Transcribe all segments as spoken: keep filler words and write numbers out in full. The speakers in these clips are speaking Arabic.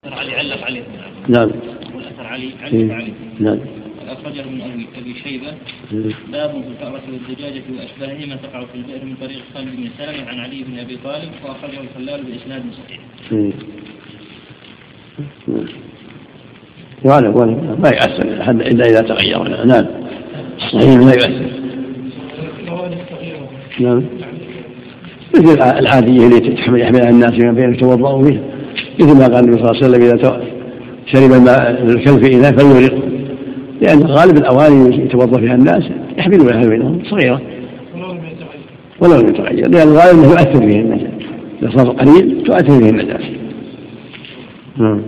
علي علق عليه. نعم. والأثر علي علق عليه. نعم. أخرجه من أبي أبي شيبة باب في الفأرة والدجاجة وأشباههما تقع في البئر من طريق خالد بن سلمة عن علي بن أبي طالب وأخرجه الخلال بإسناد صحيح. وأنا وأنا ما يؤثر إلا إذا تغير. نعم. صحيح لا يؤثر. نعم. مثل العادية التي تحمل يحملها الناس من بين يتوضأوا فيها، مثل ما قال النبي صلى الله عليه وسلم إذا شرب الماء الكلب في إناء فليغرقه، لأن غالب الأواني يتوضأ فيها الناس يحملونها بينهم صغيرة ولو لم يتغير، لأن الغالب أنه يؤثر فيه النجاسة، إذا صار قليل تؤثر فيه النجاسة. نعم.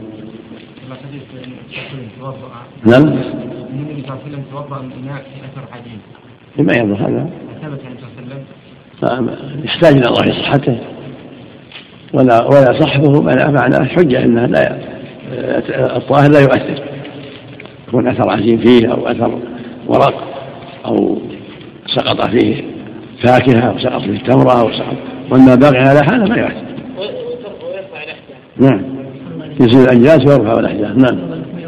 نعم. النبي صلى الله عليه وسلم توضأ من إناء في أثر حديد. لما يضر هذا؟ ثبت عن صلى الله عليه وسلم. يحتاج إلى الله في صحته، ولا ولا صحبه معناه حجة أنها لا الطاهر لا يؤثر، يكون أثر عجين فيه أو أثر ورق أو سقط فيه فاكهة أو سقط فيه تمرة أو سقط، وما باقي على حاله ما يؤثر. ويرفع الأحجار. نعم. يزيل الأنجاس ويرفع الأحجار. نعم.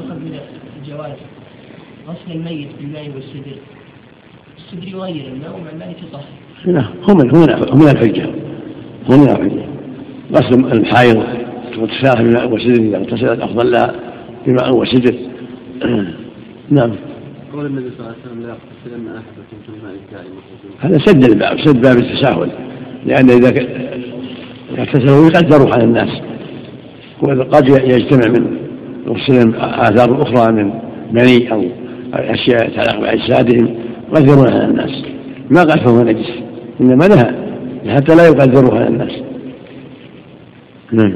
غسل الميت بالماء والسدر، السدر يغير الماء ومع الماء يطهر. لا هم هم الحجة، هم الحجة. غسل الحائض وتساهل بالماء والسدر إذا اغتسلت أفضل لها بماء وسدر. نعم. قول النبي صلى الله عليه وسلم لا يغتسلن أحدكم في الماء الدائم. هذا سد الباب، سد باب التساهل، لأن إذا اغتسلوا يقدروا على الناس، وقد يجتمع من غسل آثار أخرى من مني أو أشياء تتعلق بأجسادهم يقدرونها على الناس، ما قال فهو نجس، إنما نهى حتى لا يقدروها على الناس. نعم.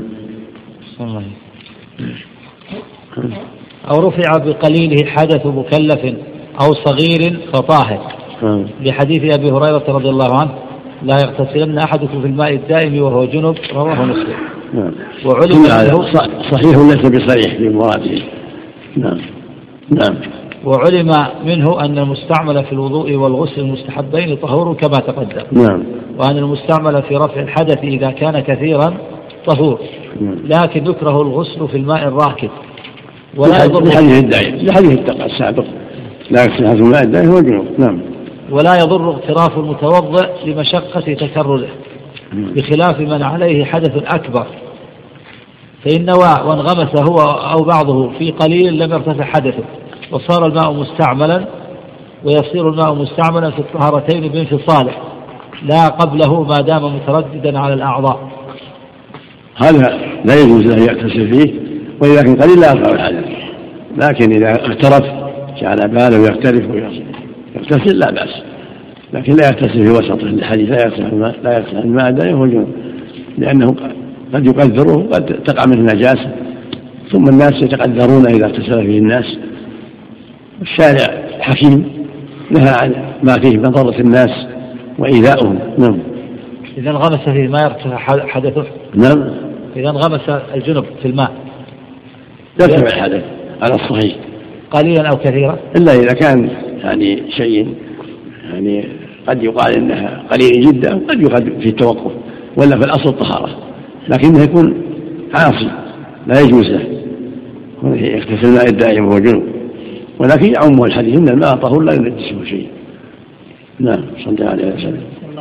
أو رفع بقليله حدث مكلف أو صغير فطاهر، لحديث أبي هريرة رضي الله عنه لا يغتسلن أحدكم في الماء الدائم وهو جنب، رواه مسلم. نعم. وعلم صحيح ليس بصريح في مراده. نعم. نعم. وعلم منه أن المستعمل في الوضوء والغسل المستحبين طهور كما تقدم. نعم. وأن المستعمل في رفع الحدث إذا كان كثيرا طهور. نعم. لكن يكره الغسل في الماء الراكد ولا يضر لحديث الدائم لحديث السابق لا يغسل في الماء الدائم هو جنوب. نعم. ولا يضر اغتراف المتوضئ لمشقة تكرره، بخلاف من عليه حدث أكبر، فإن نوى وانغمس هو أو بعضه في قليل لم يرتفع حدثه وصار الماء مستعملا، ويصير الماء مستعملا في الطهارتين بانفصاله لا قبله ما دام مترددا على الأعضاء. هذا لا يجوز له يغتسل فيه، وإذا كان قليل لا يرفع الحدث، لكن إذا اغترف جعل باله ويغترف ويغتسل لا بأس، لكن لا يغتسل في وسطه. الحديث لا يغتسل الماء لا يغتسل الماء دائما هو جنوب، لأنه قد يقدره وقد تقع منه نجاسة، ثم الناس يتقدرون إذا اغتسل فيه الناس. الشارع حكيم نهى عن ما فيه مضرة الناس وإيذاؤهم. نعم. إذا انغمس فيه ما يرتفع حدثه. نعم. إذا انغمس الجنب في الماء يرتفع الحدث على الصحيح قليلا أو كثيرا، إلا إذا كان يعني شيء يعني قد يقال إنها قليل جدا وقد يقال في التوقف، ولا في الأصل الطهارة، لكنه يكون عاصي لا يجوز له يغتسل الماء الدائم وهو جنوب، ولكن يعمه الحديث إن الماء طهور لا ينجسه شيء. نعم. صلى الله عليه وسلم.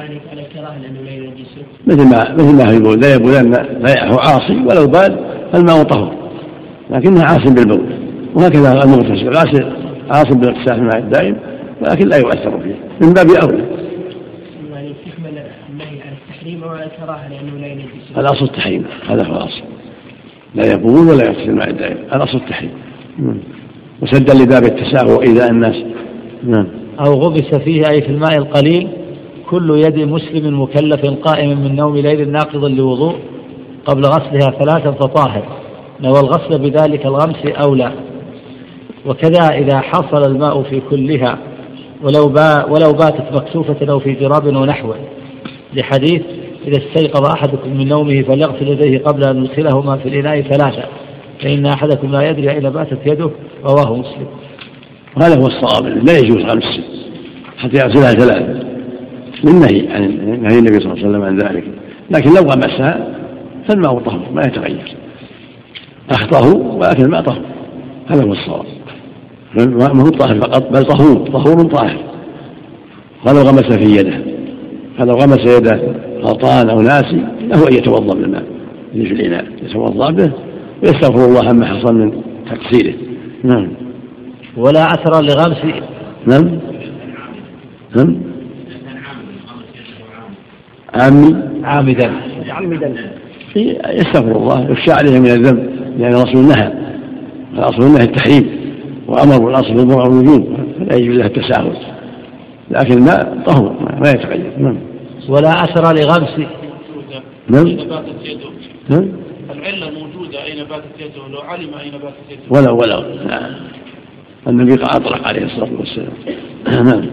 مثل ما مثل ما يقول لا يبولن لا هو عاصي ولو بال فالماء طهور، لكنه عاصي بالبول، وهكذا المغتسل غاسل عاصي بالاغتسال في الماء الدائم ولكن لا يؤثر فيه من باب أولى. يعني تحمل النهي على التحريم وعلى الكراهة لأنه لا ينجس. الأصل التحريم، هذا هو الأصل، لا يبول ولا يغتسل الماء الدائم، الأصل التحريم. وسدا لباب التساهل وإيذاء الناس. نعم. أو غبس فيه أي في الماء القليل كل يد مسلم مكلف قائم من نوم ليل ناقض لوضوء قبل غسلها ثلاثا فطاهر، نوى الغسل بذلك الغمس أو لا. وكذا إذا حصل الماء في كلها ولو, با ولو باتت مكسوفة أو في جراب ونحوه، لحديث إذا استيقظ أحدكم من نومه فليغسل يديه قبل أن يدخلهما في الإناء ثلاثة، فإن أحدكم لا يدري أين باتت يده، رواه مسلم. وهذا هو الصواب، لا يجوز غمس حتى يغسلها ثلاثة من نهي عن نهي النبي صلى الله عليه وسلم عن ذلك، لكن لو غمسها فالماء طهور ما يتغير. أخطأه ولكن ما طهر، هذا هو الصواب. ما هو طاهر فقط بل طهور طهور طاهر. ولو غمس في يده، فلو غمس يده غلطان أو ناسي له أن يتوضأ بالماء اللي في الإناء، يتوضأ به ويستغفر الله عما حصل من تقصيره. نعم. ولا أثر لغمس. نعم. نعم. عامي عامدا عمدا يستغفر الله، يخشى عليه من الذنب، لأن الرسول نهى، الأصل نهى التحريم وأمر بالأصل بالبر والوجوب، فلا يجوز له التساهل، لكن الماء طهور ما يتغير. نعم. ولا أثر لغمس. نعم. نعم. العلة موجودة أين باتت يده، لو علم أين باتت يده. ولا ولا نعم. النبي أطلق عليه الصلاة والسلام. نعم.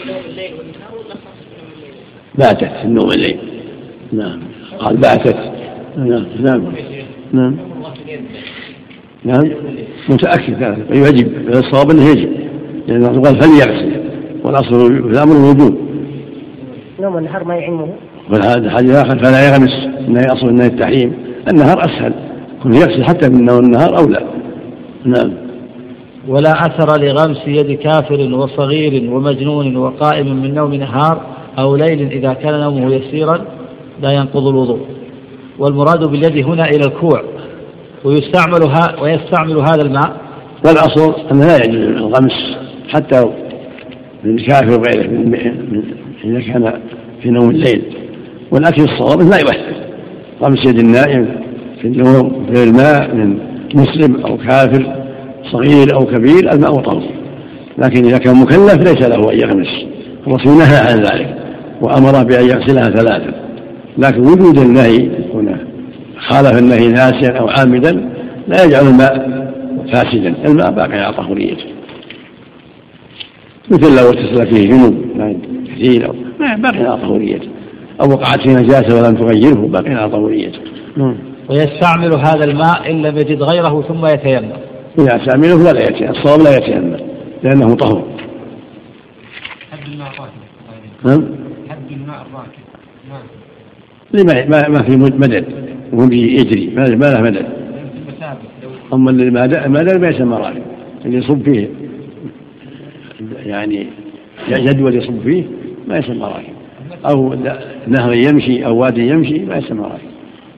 باتت النوم الليل. نعم. قال باتت. نعم. نعم. نعم. نعم. متأكد هذا يجب، الصواب أنه يجب، لأن يعني قال فليغسل، والأصل في الأمر الوجوب. نوم النهار ما يعلمه. وهذا حديث آخر فلا يغمس، إنه أصل إنه التحريم، النهار أسهل، كن يغسل حتى من النهار أو لا. نعم. ولا أثر لغمس يد كافر وصغير ومجنون وقائم من نوم نهار أو ليل إذا كان نومه يسيرا لا ينقض الوضوء. والمراد باليد هنا إلى الكوع، ويستعمل ها ويستعمل هذا الماء. والأصل أنه لا يجوز الغمس حتى من الكافر وغيره إذا كان في نوم الليل، ولكن الصواب لا يؤثر غمس يد النائم في النوم في الماء من مسلم أو كافر صغير أو كبير، الماء طهور، لكن إذا كان مكلف ليس له أن يغمس، الرسول نهى عن ذلك وأمر بأن يغسلها ثلاثا، لكن وجود النهي هنا خالف النهي ناسيا أو عامدا لا يجعل الماء فاسدا، الماء باقي على طهوريته، مثل لو اتصل فيه جنوب كثير أو باقي على طهوريته، أو وقعت فيه نجاسة ولم تغيره باقي على طهوريته. ويستعمل هذا الماء إن لم يجد غيره ثم يتيمم. إذا استعمله فلا يتيمم، الصواب لا يتيمم لأنه طهور. حد الماء الراكد. نعم. حد الماء الراكد. نعم. لما ما ما في مدد وهو يجري ما ما له مدد. أما اللي ما مدد ما يسمى راكد، اللي يصب فيه يعني جدول يصب فيه ما يسمى راكد، أو نهر يمشي أو وادي يمشي ما يسمى راكد.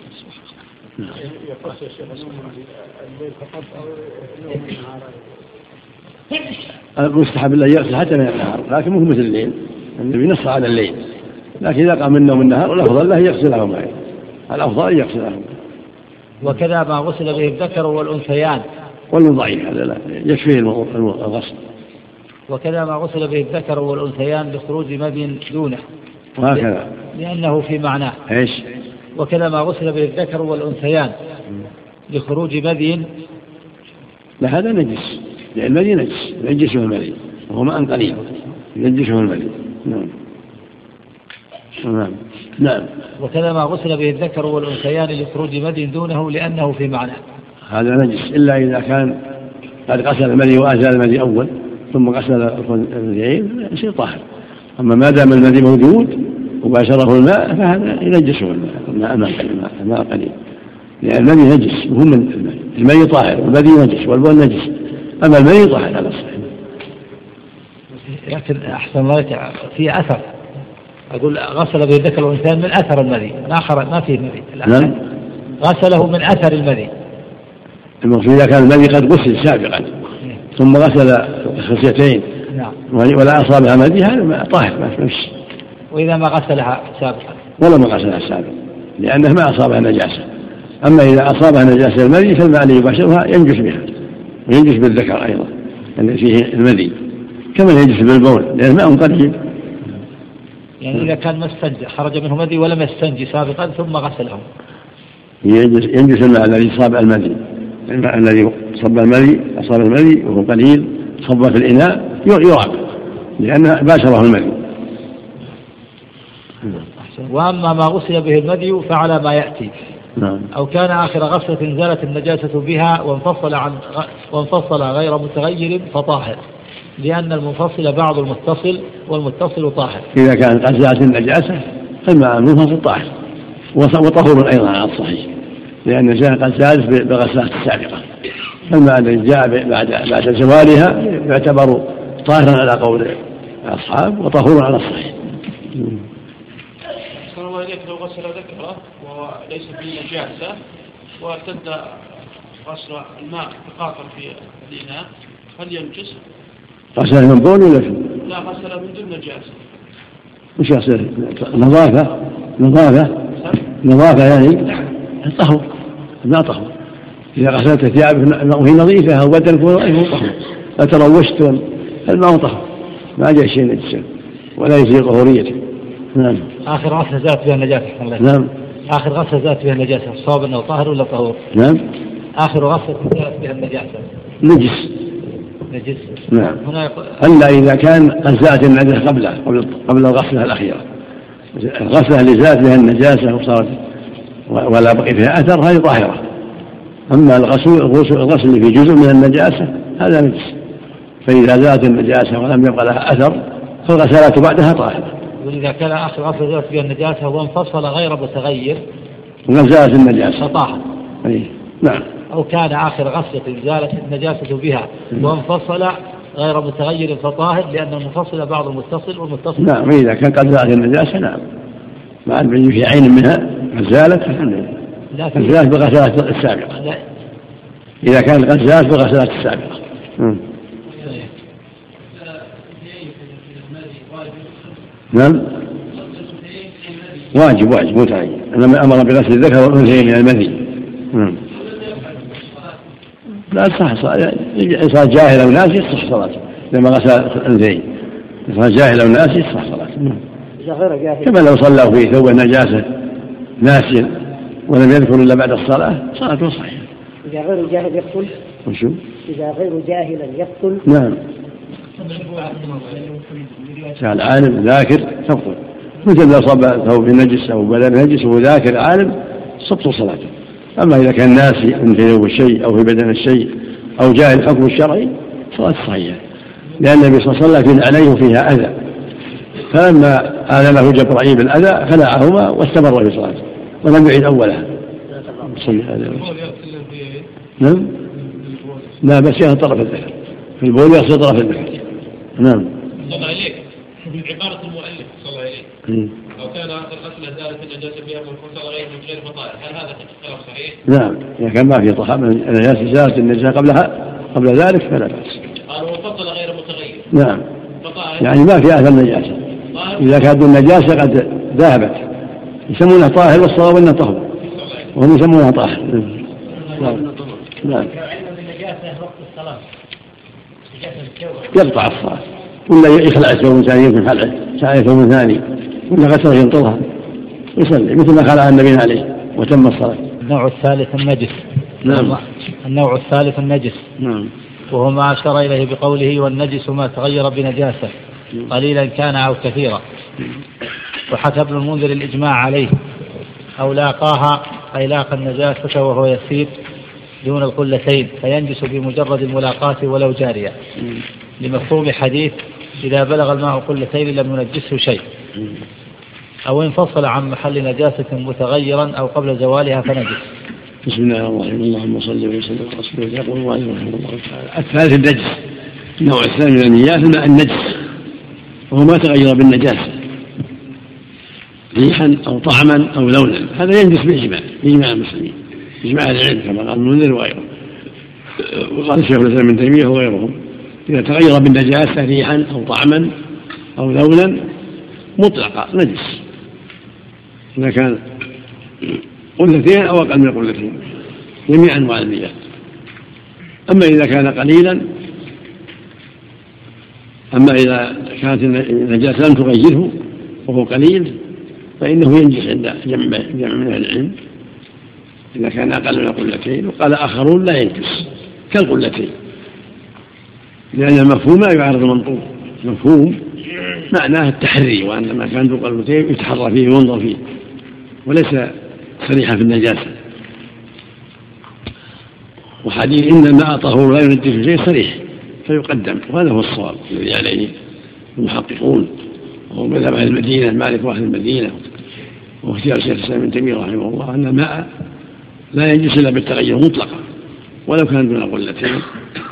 المستحب لا يغسل حتى من النهار، لكن مو مثل الليل، النبي نص على الليل، لكن إذا قام منه من النهار الأفضل له يغسله معه، الأفضل يغسله. وكذا ما غسل به الذكر والأنثيان. والضعيف هذا لا يكفيه الغسل. وكذا ما غسل به الذكر والأنثيان لخروج مذي دونه. وهكذا. لأنه في معناه. إيش؟ وكذا ما غسل به الذكر والأنثيان لخروج مذي. لا هذا نجس، لأن المذي نجس، ينجسه المذي، وهو ماء قليل ينجسه المذي. نعم. نعم. نعم. وكذا ما غسل به الذكر والأنثيان لخروج مذي دونه لأنه في معناه. هذا نجس إلا إذا كان قد غسل المذي وأزال المذي أول ثم غسل المذيين يصير طاهر. أما ما دام المذي موجود وباشره الماء فهذا ينجسه الماء، الماء الماء الماء قليل، لأن المذي نجس وهو من المذي، المذي طاهر والمذي نجس والبول نجس، أما المذي طاهر على الصحيح. لكن أحسن الله في أثر، أقول غسل به الذكر والأنثى من أثر المذي، الآخر ما فيه مذي. نعم. غسله من أثر المذي. المقصود إذا كان المذي قد غسل سابقا ثم غسل خصيتين نعم. ولا أصابها مذي هذا طاهر ما فيش. وإذا ما غسلها سابقا ولا ما غسلها سابقا لأنه ما أصابها نجاسة. أما إذا أصابها نجاسة المذي فالماء الذي يباشرها ينجس بها وينجس بالذكر أيضا الذي فيه المذي كما ينجس بالبول لأن الماء قليل. يعني إذا كان ما استنجى خرج منه مذي ولم يستنجي سابقا ثم غسله ينجس الماء الذي صاب المذي، الماء الذي صب المذي أصاب المذي وهو قليل صب في الإناء يراق لأنه باشره المذي. وأما ما غسل به المذي فعلى ما يأتي. نعم. أو كان آخر غسلة زالت النجاسة بها وانفصل عن وانفصل غير متغير فطاهر، لأن المنفصل بعض المتصل والمتصل طاهر. إذا كانت قد زالت النجاسة فالماء المنفصل طاهر وطهور أيضا على الصحيح، لأن النجاسة قد زالت بغسلات السابقة، فالماء الذي جاء بعد بعد زوالها يعتبر طاهرا على قول الأصحاب وطهورا على الصحيح. صلى الله عليك لو غسل ذكره وليس فيه نجاسة وارتد غسل الماء تقاطر في الإناء هل ينجس؟ غسل من بول ولا شو؟ لا غسل من دون نجاسة. وش يصير؟ نظافة نظافة نظافة يعني طهور، ما طهور. إذا غسلت ثيابك وهي نظيفة أو بدنك وهو طهور، لا تروشت الماء طهور ما جاء شيء نجس ولا يزيل طهوريته. نعم. آخر غسلة زالت بها النجاسة. نعم. آخر غسلة زالت بها النجاسة الصواب أنه طاهر ولا طهور؟ نعم. آخر غسلة زالت بها النجاسة نجس. نجس. نعم. هنا يق... إلا إذا كان قد زالت النجاسة قبله قبل قبل الغسلة الأخيرة. الغسلة اللي زالت بها النجاسة وصارت ولا بقي فيها أثر هذه طاهرة. أما الغسل الغسل اللي في جزء من النجاسة هذا نجس. فإذا زالت النجاسة ولم يبقى لها أثر فالغسلات بعدها طاهرة. وإذا كان آخر غسلة زالت بها النجاسة وانفصل غير متغير وزالت النجاسة فطاهر. أي نعم. أو كان آخر غسلة زالت النجاسة بها وانفصل غير متغير فطاهر، لأن المنفصل بعض المتصل والمتصل. نعم. إذا كان قد زالت النجاسة نعم مع أن في عين منها زالت الحمد لله. زالت بغسلات السابقة. لا. إذا كان قد زالت بغسلات السابقة. نعم. واجب واجب متعين. أنا أمر بغسل الذكر والأنثى من المذي. لا صح صار جاهل أو ناسي صح صلاته لما غسل الأنثيين. صار جاهل أو ناسي صح صلاته. كما لو صلى في ثوب النجاسة ناسيا ولم يذكر إلا بعد الصلاة صلاته صحيحة. إذا غير جاهل يقتل. وشو؟ إذا غير جاهلا يقتل. نعم. كان عالم ذاكر تبطل، مثل لو صب ثوب نجس أو بدن نجس وهو ذاكر عالم تبطل صلاته. أما إذا كان ناسي أن في ثوب الشيء أو في بدن الشيء أو جاهل الحكم الشرعي صلاة صحيحة، لأن النبي صلى الله عليه وسلم عليه فيها أذى، فلما آلمه جبرائيل بالأذى خلعهما واستمر في صلاته ولم يعيد أولها. نعم. لا بس يغسل طرف الذكر في البول يغسل طرف الذكر. نعم. صلى الله عليك عبارة المؤلف صلى الله عليه لو كان آخر غسلة زالت النجاسة بها منفصل غير من غير فطائر هل هذا خلاف صحيح؟ نعم. إذا كان ما في طهارة النجاسة زالت النجاسة قبلها قبل ذلك فلا بأس. قالوا منفصل غير متغير. نعم. فطائر يعني ما في أثر النجاسة. إذا كانت النجاسة قد ذهبت يسمونها طاهر والصواب أنها طهر وهم يسمونها طاهر. نعم. يقطع الصلاة ولا يخلع ثوب ثاني يمكن خلعه شاعر ثوب ثاني ولا غسله ينطلها يصلي مثل ما خلع النبي عليه وتم الصلاة. النوع الثالث النجس. نعم. النوع الثالث النجس. نعم. وهو ما أشار إليه بقوله والنجس ما تغير بنجاسة قليلا كان أو كثيرا. وحكى ابن المنذر الإجماع عليه أو لاقاها أي لاقى النجاسة وهو يسير دون القلتين فينجس بمجرد الملاقاة ولو جارية، لمفهوم حديث إذا بلغ الماء قلتين لم ينجسه شيء، أو انفصل عن محل نجاسة متغيرا أو قبل زوالها فنجس. بسم الله الرحمن الرحيم. اللهم صل وسلم على رسول الله. يقول الله رحمه الله تعالى الثالث النجس. النوع الثاني من النيات النجس وهو ما تغير بالنجاسة ريحا أو طعما أو لونا، هذا ينجس بإجماع بإجماع المسلمين إجماع العلم كما قال المنذر وغيره وقال الشيخ الإسلام ابن تيمية وغيرهم إذا تغير بالنجاسة ريحا أو طعما أو لونا مطلقا نجس إذا كان قلتين أو أقل من قلتين جميع أنواع النيات. أما إذا كان قليلا أما إذا كانت النجاسة لم تغيره وهو قليل فإنه ينجس عند جمع جمع من أهل العلم إذا كان أقل من قلتين. وقال آخرون لا ينجس كالقلتين لأن المفهوم لا يعارض المنطوق. مفهوم معناه التحري وأن ما كان ذو قلتين يتحرى فيه وينظر فيه وليس صريحا في النجاسة. وحديث إن الماء طهور لا ينجس شيء صريح فيقدم وهذا هو الصواب الذي عليه المحققون وهو مذهب أهل المدينة مالك وأهل المدينة واختيار الشيخ الإسلام ابن تيمية رحمه الله أن الماء لا ينجس إلا بالتغير مطلقا ولو كان دون قلتين،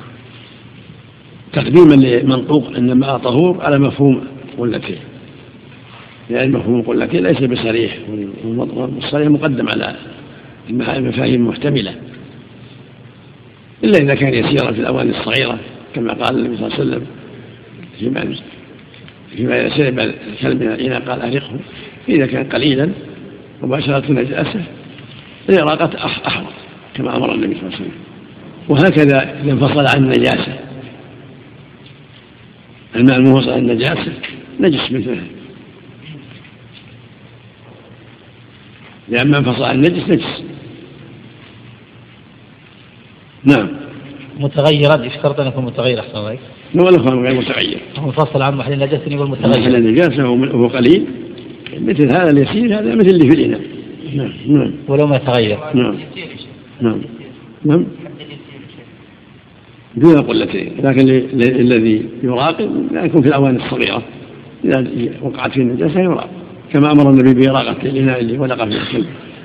تقديما لمنطوق أن الماء طهور على مفهوم قلتين، لأن مفهوم قلتين ليس بصريح، والصريح مقدم على المفاهيم محتملة، إلا إذا كان يسيرا في الأواني الصغيرة كما قال النبي صلى الله عليه وسلم فيما فيما يسير الكلب من الإناء قال أرقه، إذا كان قليلا مباشرة نجاسة الإراقة أحوط كما أمر النبي صلى الله عليه وسلم. وهكذا إذا انفصل عن النجاسة، الماء المنفصل عن النجاسة نجس مثله، لأن ما انفصل عن النجس نجس. نعم. متغيرا يشترط أن يكون متغير أحسن الله. ولا كان غير متغير. منفصل عن محل النجاسة يقول متغير. محل النجاسة هو قليل مثل هذا اليسير، هذا مثل اللي في الإناء. نعم. نعم. ولو ما يتغير. نعم. نعم. نعم. دون قلتين، لكن الذي يراقب لا يكون في الأواني الصغيرة، إذا وقعت في النجاسة يراقب كما أمر النبي بإراقة الإناء اللي ولق فيه الكلب.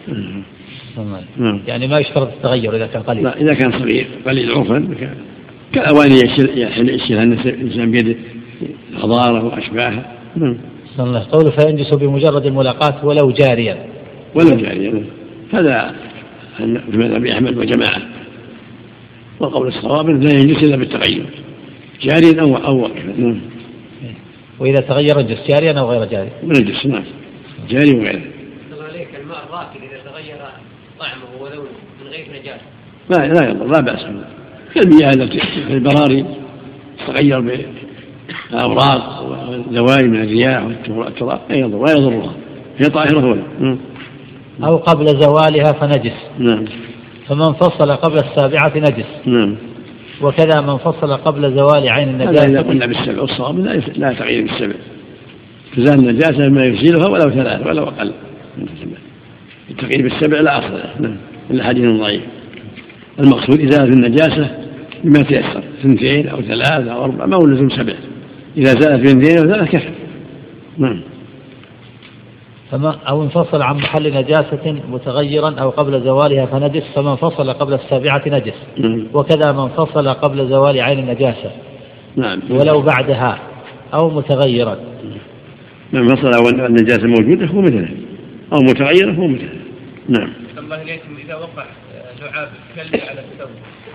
يعني ما يشترط التغير إذا كان قليل. لا، إذا كان صغير قليل عرفا كالأواني يشيلها الإنسان بيده الخضار وأشباهها. قوله فينجس بمجرد الملاقاة ولو جاريا. ولو جاريا هذا في مذهب أحمد وجماعة، والقول الصواب لا ينجس إلا بالتغير جاريا أو أو نعم. وإذا تغير ينجس جاريا أو غير جاري. ينجس نعم جاري وغيره. عليك الماء الراكد إذا تغير طعمه ولونه من غير نجاسة لا لا يضر، لا بأس منه، كالمياه التي في البراري تغير بالأوراق والزوائد من الرياح والتراب لا يضر ولا يضرها، هي طاهرة ولا. أو قبل زوالها فنجس. نعم. فمن فصل قبل السابعة نجس. نعم. وكذا من فصل قبل زوال عين النجاسة. إذا قلنا بالسبع والصواب لا تغيير بالسبع، فزال النجاسة ما يزيلها ولو ثلاث ولو أقل. التغيير بالسبع لا أصل له. نعم. إلا حديث ضعيف. المقصود إزالة النجاسة بما تيسر، اثنتين أو ثلاثة أو أربعة، ما هو لزم سبع، إذا زالت باثنين أو ثلاثة كفى. نعم. فما أو انفصل عن محل نجاسة متغيرا أو قبل زوالها فنجس، فمن فصل قبل السابعة نجس. نعم. وكذا من فصل قبل زوال عين النجاسة. نعم. ولو بعدها أو متغيرا. من فصل والنجاسة موجودة هو مثله، أو متغيرة هو مثله. نعم. الله إليكم إذا وقع لعاب كلب على الثوب.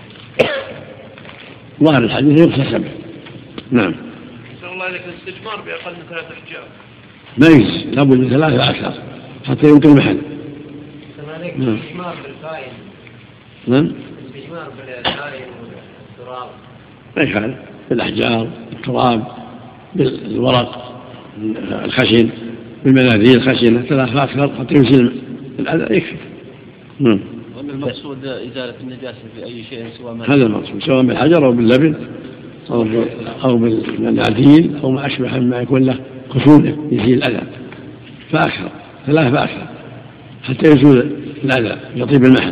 ظاهر الحديث يغسل سبع. نعم. صلى الله عليك الاستجمار بأقل من ثلاثة أحجار. ما يجوز، لابد من ثلاثة أكثر حتى يمكن المحل. نعم. الاستجمار بالقائم. نعم. الاستجمار بالقائم والتراب. ما يخالف، بالأحجار، بالتراب، بالورق، الخشن، بالمناديل الخشنة، ثلاثة أكثر حتى يمكن الأذى يكفي. نعم. وأن المقصود إزالة النجاسة في أي شيء سواء ما هذا المقصود، سواء بالحجر أو باللبن أو أو بالمناديل أو ما أشبه مما يكون له خشونة يزيل الأذى، فأكثر ثلاثة فأكثر حتى يزول الأذى يطيب المحل.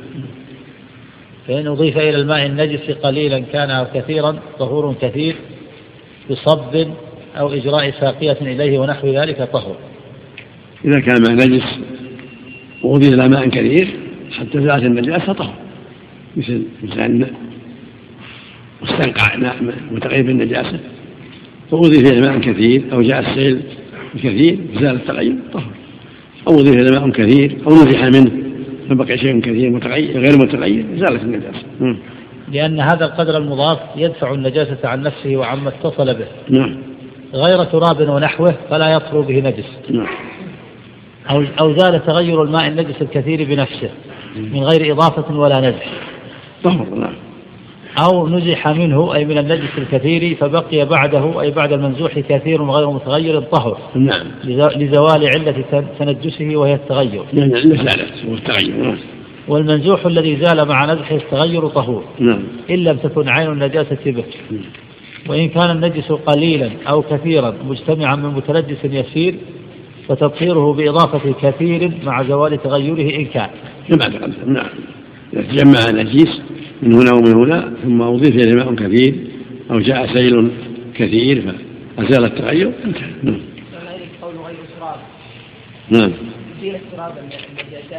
فإن أضيف إلى الماء النجس قليلا كان أو كثيرا طهور كثير بصب أو إجراء ساقية إليه ونحو ذلك طهر. إذا كان ماء نجس وأضيف إلى ماء كثير حتى زالت النجاسة طهر، مثل مثل واستنقع ماء متغير بالنجاسة وأضيف إلى ماء كثير أو جاء السيل الكثير زال التغير طهر، أو أضيف إلى ماء كثير أو نزح منه فبقي شيء كثير متغير غير متغير زالت النجاسة. لأن هذا القدر المضاف يدفع النجاسة عن نفسه وعما اتصل به. نعم. غير تراب ونحوه فلا يطهر به نجس. نعم. أو أو زال تغير الماء النجس الكثير بنفسه من غير إضافة ولا نزح. طهر. نعم. أو نزح منه أي من النجس الكثير فبقي بعده أي بعد المنزوح كثير غير متغير طهر. نعم. لزوال علة تنجسه وهي التغير. يعني علة زالت والتغير. نعم. والمنزوح الذي زال مع نزحه التغير طهور. نعم. إن لم تكن عين النجاسة به. وإن كان النجس قليلا أو كثيرا مجتمعا من متنجس يسير فتطهيره بإضافة كثير مع زوال تغيره إن كان. كما تقدم. نعم. إذا تجمع نجيس من هنا ومن هنا ثم أضيف إليه ماء كثير أو جاء سيل كثير فأزال التغير انتهى. نعم. قول غير تراب. نعم. يزيل التراب النجاسة.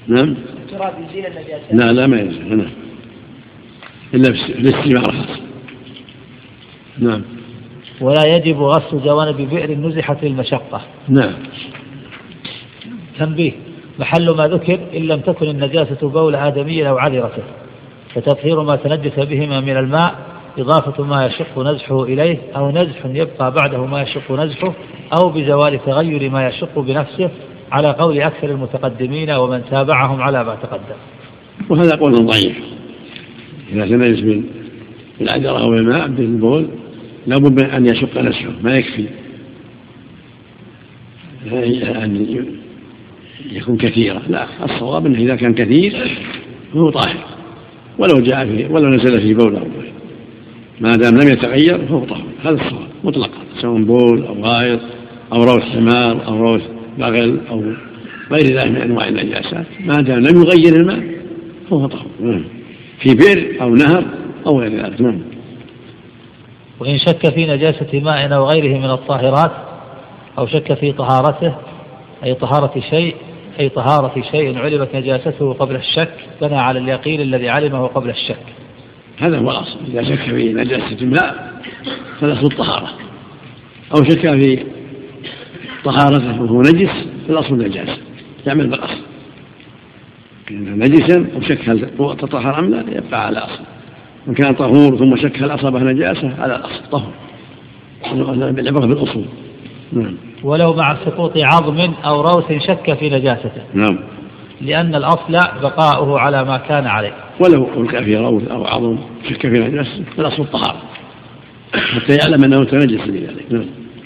نعم. التراب يزيل النجاسة؟ لا لا ما يزيل، نعم، إلا بالاستمارة خاصة. نعم. ولا يجب غسل جوانب بئر نزحت للمشقة. نعم. تنبيه: محل ما ذكر إن لم تكن النجاسة بول آدمي أو عذرته، فتطهير ما تنجس بهما من الماء إضافة ما يشق نزحه إليه، أو نزح يبقى بعده ما يشق نزحه، أو بزوال تغير ما يشق بنفسه، على قول أكثر المتقدمين ومن تابعهم على ما تقدم. وهذا قول ضعيف. إذا تنجس من العذرة أو الماء بالبول لابد أن يشق نزحه، ما يكفي أن يكون كثيرا، لا، الصواب أنه إذا كان كثير فهو طاهر، ولو جاء فيه ولو نزل في بول أو بول، ما دام لم يتغير فهو طاهر. هذا الصواب مطلقا، سواء بول أو غائط أو روث حمار أو روث بغل أو غير ذلك من أنواع النجاسات، ما دام لم يغير الماء فهو طاهر، في بئر أو نهر أو غير ذلك. نعم. وإن شك في نجاسة ماء أو غيره من الطاهرات، أو شك في طهارته، أي طهارة شيء أي طهارة شيء علمت نجاسته قبل الشك، بنى على اليقين الذي علمه قبل الشك. هذا هو الأصل. إذا شك في نجاسة الماء فالأصل الطهارة، أو شك في طهارته وهو نجس فالأصل النجاسة، يعمل بالأصل. إن نجسا أو شك هل تطهر أم لا يبقى على أصل. إن كان طهور ثم شك هل أصابه نجاسة على الأصل طهور، بالعبرة بالأصول. نعم. ولو مع سقوط عظم أو روث شك في نجاسته. نعم. لأن الأصل بقاؤه على ما كان عليه. ولو ألقى في روث أو عظم شك في نجاسته فالأصل الطهارة حتى يعلم أنه تنجس لذلك. نعم.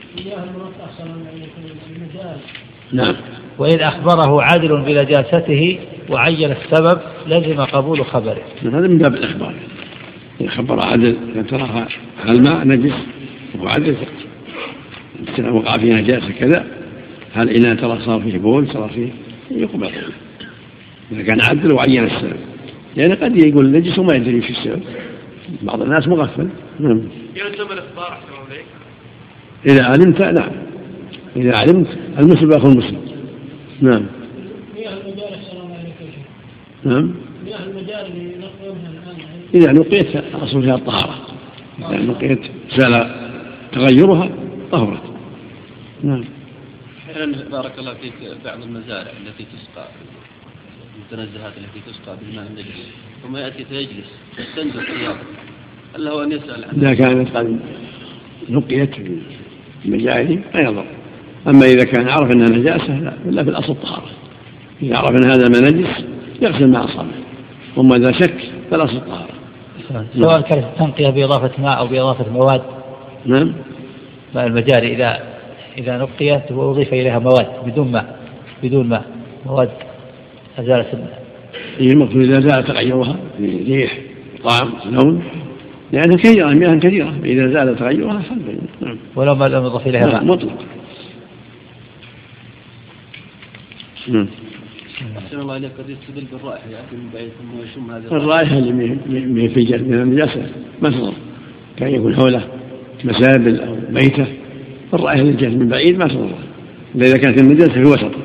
نعم. وإذ أخبره عادل بنجاسته وعين السبب لزم قبول خبره. هذا من باب الإخبار. إذا خبر عادل أن ترى الماء نجس وهو عادل وقع فيه نجاسة كذا، هل إناء ترى صار فيه بول صار فيه يقبل إذا كان عدل وعين السبب، يعني قد يقول نجس وما يدري في السبب، بعض الناس مغفل. نعم. يلزم الإخبار أحسن عليك. إذا علمت نعم، إذا علمت المسلم أخو المسلم. نعم. نعم. إذا نقيت أصل فيها الطهارة، إذا نقيت زال تغيرها طهرت. نعم. أحيانا بارك الله فيك بعض المزارع التي تسقى المتنزهات التي تسقى بالماء النجس ثم يأتي فيجلس يستنزف رياضه، هل هو أن يسأل عنه؟ إذا كانت قد نقيت في المجاري ما يضر، أما إذا كان عرف أنها نجاسة لا، إلا في الأصل الطهارة. إذا عرف أن هذا ما نجس يغسل ما أصابه، وما إذا شك فالأصل الطهارة. سواء كانت التنقية بإضافة ماء أو بإضافة مواد. نعم. ماء المجاري إذا إذا نقيت وأضيف إليها مواد بدون ماء بدون ماء مواد أزالت هي المقصود إذا زال تغيرها في ريح طعم لون لأنها كثيرة مياه كثيرة، إذا زال تغيرها الحمد لله. نعم. ولو ما لم يضاف إليها ماء مطلق. نعم. أحسن الله إليك، قد يستدل بالرائحة يأتي من بعيد ثم يشم هذه الرائحة اللي من في من النجاسة ما تضر، كان يكون حوله مسابل أو ميتة، الرائحة اللي جاءت من بعيد ما تضر إذا كانت النجاسة في وسط.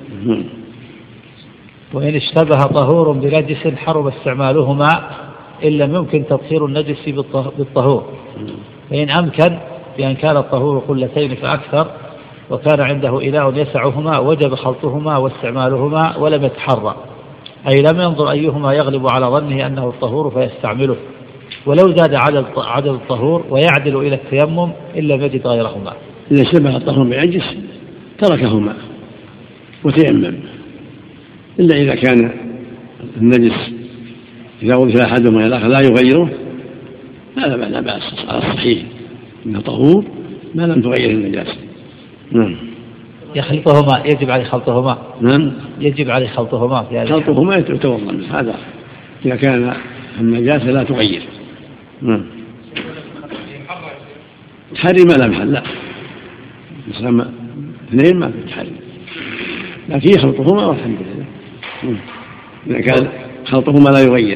وإن اشتبه طهور بنجس حرم استعمالهما إن لم يمكن تطهير النجس بالطهور، فإن أمكن بأن كان الطهور قلتين فأكثر وكان عنده إناء يسعهما وجب خلطهما واستعمالهما ولم يتحرى، أي لم ينظر أيهما يغلب على ظنه أنه الطهور فيستعمله، ولو زاد عدد عدد الطهور ويعدل إلى التيمم إن لم يجد غيرهما. إذا شبه الطهور بنجس تركهما وتيمم، إلا إذا كان النجس إذا أضيف أحدهما إلى الآخر لا يغيره هذا لا بأس على الصحيح إنه طهور ما لم تغير النجاسة. نعم. يخلطهما يجب عليه خلطهما. نعم. يجب عليه خلطهما في هذا خلطهما يتوضأ هذا إذا كان النجاسة لا تغير. نعم. تحري ما لا محل لا، مسلم اثنين ما في تحري، لكن يخلطهما والحمد لله. إذا كان خلطهما لا يغير.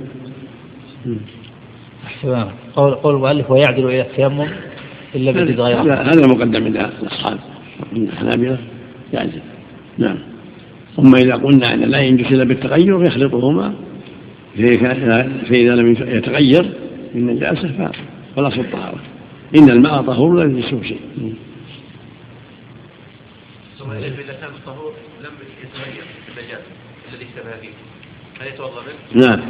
أحسن. قول قول المؤلف ويعدل إلى التيمم إلا بجد غيره. هذا مقدم عند الأصحاب من الحنابلة يعدل. نعم. أما إذا قلنا أن لا ينجس إلا بالتغير يخلطهما فإذا لم يتغير بالنجاسة فالأصل الطهارة. إن الماء طهور لا ينجسه شيء. ثم إذا كان الطهور لم يتغير النجاسة الذي اشتبه فيه هل يتوضأ منه؟ نعم.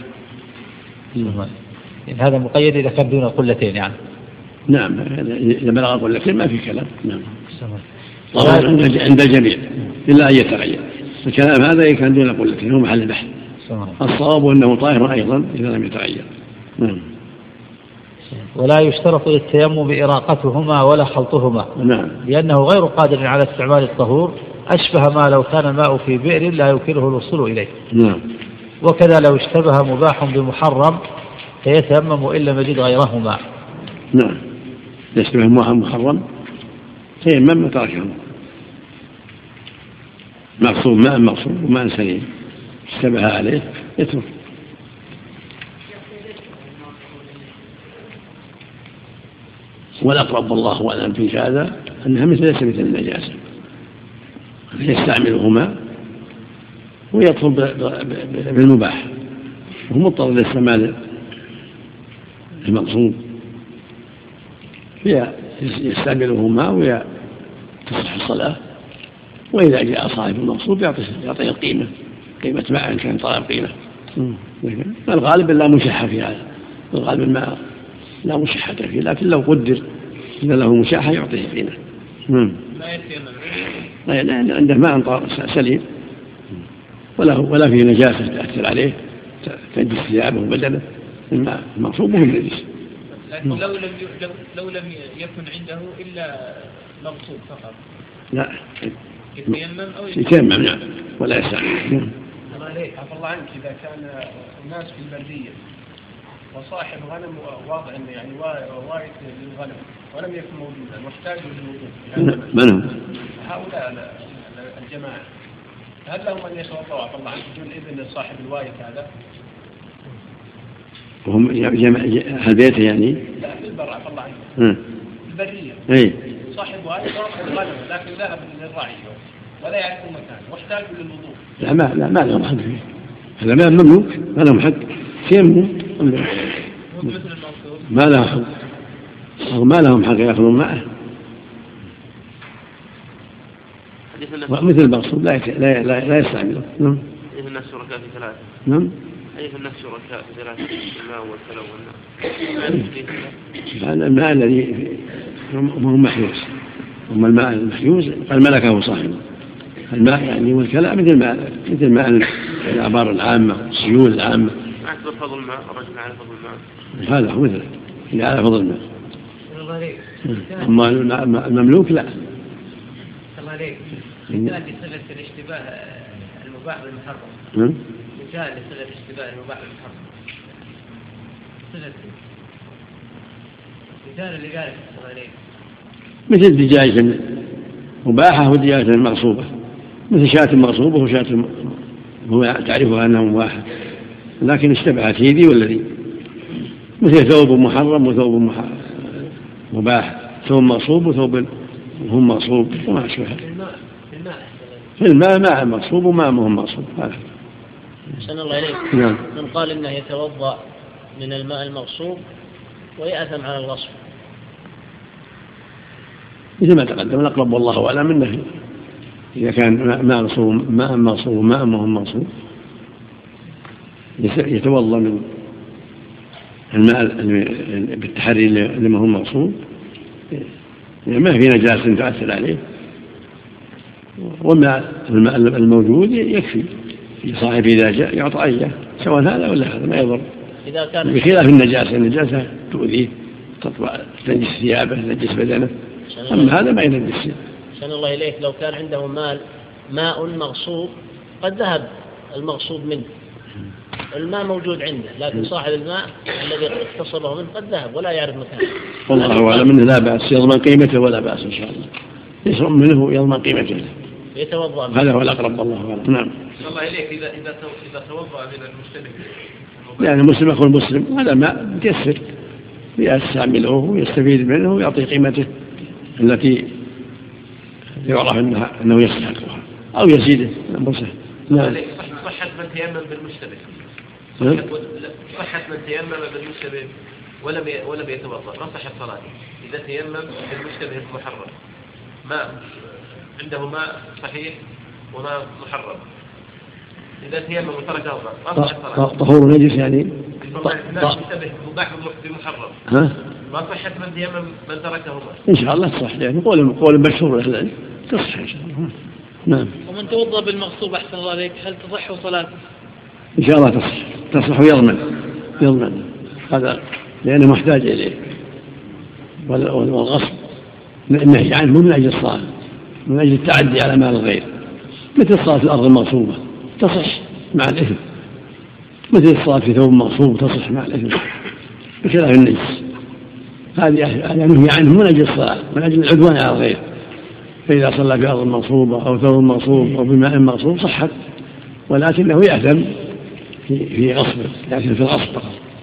إن هذا مقيد إذا كان دون قلتين يعني. نعم إذا بلغ قلتين ما في كلام. نعم. طهور عند الجميع إلا أن يتغير. الكلام هذا إذا كان دون قلتين هو محل البحث. الصواب أنه طاهر أيضا إذا لم يتغير. نعم. ولا يشترط للتيمم إراقتهما ولا خلطهما. نعم. لأنه غير قادر على استعمال الطهور، أشبه ما لو كان الماء في بئر لا يمكنه الوصول إليه. نعم. وكذا لو اشتبه مباح بمحرم فيتيمم إن لم يجد غيرهما. نعم. يشتبه محرم تيمم وتركه. مقصود ماء مقصود وماء سليم اشتبه عليه يترك. والأقرب والله أعلم في هذا أنها مثل ليس مثل النجاسة، يستعملهما ويدخل بالمباح وهو مضطر لاستعمال المقصود يستعملهما وتصح الصلاة. وإذا جاء صاحب المقصود يعطيه القيمة قيمة ماء إن كان طلب قيمة. الغالب لا مشحة في هذا، الغالب الماء لا مشحة فيه، لكن لو قدر إذا له مشاحة يعطيه قيمة. لا يتيمم عنده ماء سليم ولا ولا فيه نجاسة تأثر عليه تنجس ثيابه وبدنه. الماء المقصود به النجس. لكن لو لم لو لم يكن عنده إلا مقصود فقط لا يتيمم أو يتيمم. نعم ولا يستعمل. الله عليك عفى الله عنك إذا كان الناس في البرية وصاحب غنم واضع انه يعني وايد للغنم ولم يكن موجودا واحتاج للوضوء من هم؟ هؤلاء الجماعة هل لهم أن يتوضأوا عفى الله عنك بدون إذن صاحب الوايت هذا؟ وهم أهل بيته يعني؟ لا في البر عفى الله عنك. البرية. إيه. صاحب وايت واضع الغنم لكن ذهب للراعي ولا يعرف المكان واحتاج للوضوء. لا ما لا ما لهم حق فيه. هذا ما مملوك ما لهم حق. تيمموا ما لهم حق أو ما لهم حق يأخذون معه. مثل المقصود لا لا لا, لا يستعمله. نعم. أي الناس شركاء في ثلاثة. نعم. أي الناس شركاء في ثلاثة الماء والكلام والنار. الماء الذي هم محيوز هم الماء المحيوز قد ملكه صاحبه. الماء يعني والكلام مثل الماء مثل ماء الآبار العامة السيول العامة. أعتبر فضل الماء الرجل على فضل الماء. هذا هو مثله اللي على فضل الماء. أما المملوك لا. الله عليك. مثال لصلة الاشتباه المباح بالمحرم. مثال لصلة الاشتباه المباح بالمحرم. صلة مثال اللي قالك الله عليك. مثل دجاجة مباحة ودجاجة مغصوبة، مثل شاة مغصوبة وشاة هو تعرفها أنها مباحة لكن اشتبهت هي ذي ولا ذي. مثل ثوب محرم وثوب محرم مباح، ثوب مغصوب وثوب هم مغصوب وما أشبهه. في الماء ماء مغصوب وماء مهم مغصوب. هذا أحسن الله إليك. نعم. من قال إنه يتوضأ من الماء المغصوب ويأثم على الغصب. مثل ما تقدم الأقرب والله أعلم منه إذا كان ماء مغصوب ماء مغصوب وماء مهم مغصوب يتوضأ من الماء بالتحري لما هو مغصوب ما في نجاسة تؤثر عليه، والماء الماء الموجود يكفي صاحب إذا جاء يعطى أيه سواء هذا ولا هذا ما يضر. إذا كان بخلاف النجاسة النجاسة تؤذيه تطبع تنجس ثيابه تنجس بدنه، أما هذا ما ينجس. أحسن الله إليك. لو كان عنده مال ماء مغصوب قد ذهب المغصوب منه، الماء موجود عنده لكن صاحب الماء الذي اغتصبه منه قد ذهب ولا يعرف مكانه. والله أعلم منه لا بأس يضمن قيمته ولا بأس إن شاء الله يشرب منه يضمن قيمته يتوضأ. هذا هو الأقرب والله أعلم. نعم. أحسن الله إليك. إذا إذا إذا توضأ من المشتبه يعني مسلم أخو المسلم هذا ماء متيسر يستعمله ويستفيد منه ويعطي قيمته التي يعرف أنها أنه يستحقها. أو يزيده بصح. نعم. صحة من تيمم بالمشتبه صحة, صحة من تيمم بالمشتبه ولم ولم يتوضأ ما صحة صلاته إذا تيمم بالمشتبه المحرم ماء عنده ماء صحيح وماء محرم إذا تيمم وترك أربع ما صحة صلاته طهور نجس يعني مشتبه مباح بمحرم ها ما صحة من تيمم من تركهما إن شاء الله تصح يعني قول قول مشهور الأهل تصح إن شاء الله. نعم. ومن توضأ بالمغصوب أحسن الله عليك هل تصح صلاته؟ إن شاء الله تصح تصح ويضمن يضمن هذا لأنه محتاج إليه والغصب النهي عنه من أجل الصلاة من أجل التعدي على مال الغير مثل الصلاة في الأرض المغصوبة تصح مع الإثم مثل الصلاة في ثوب مغصوب تصح مع الإثم بخلاف النجس هذه نهي عنه من أجل الصلاة من أجل العدوان على الغير فإذا صلى في أرض مغصوبة أو ثوب مغصوب أو بماء مغصوب صحت ولكنه يأثم في, في غصبه يأثم في الغصب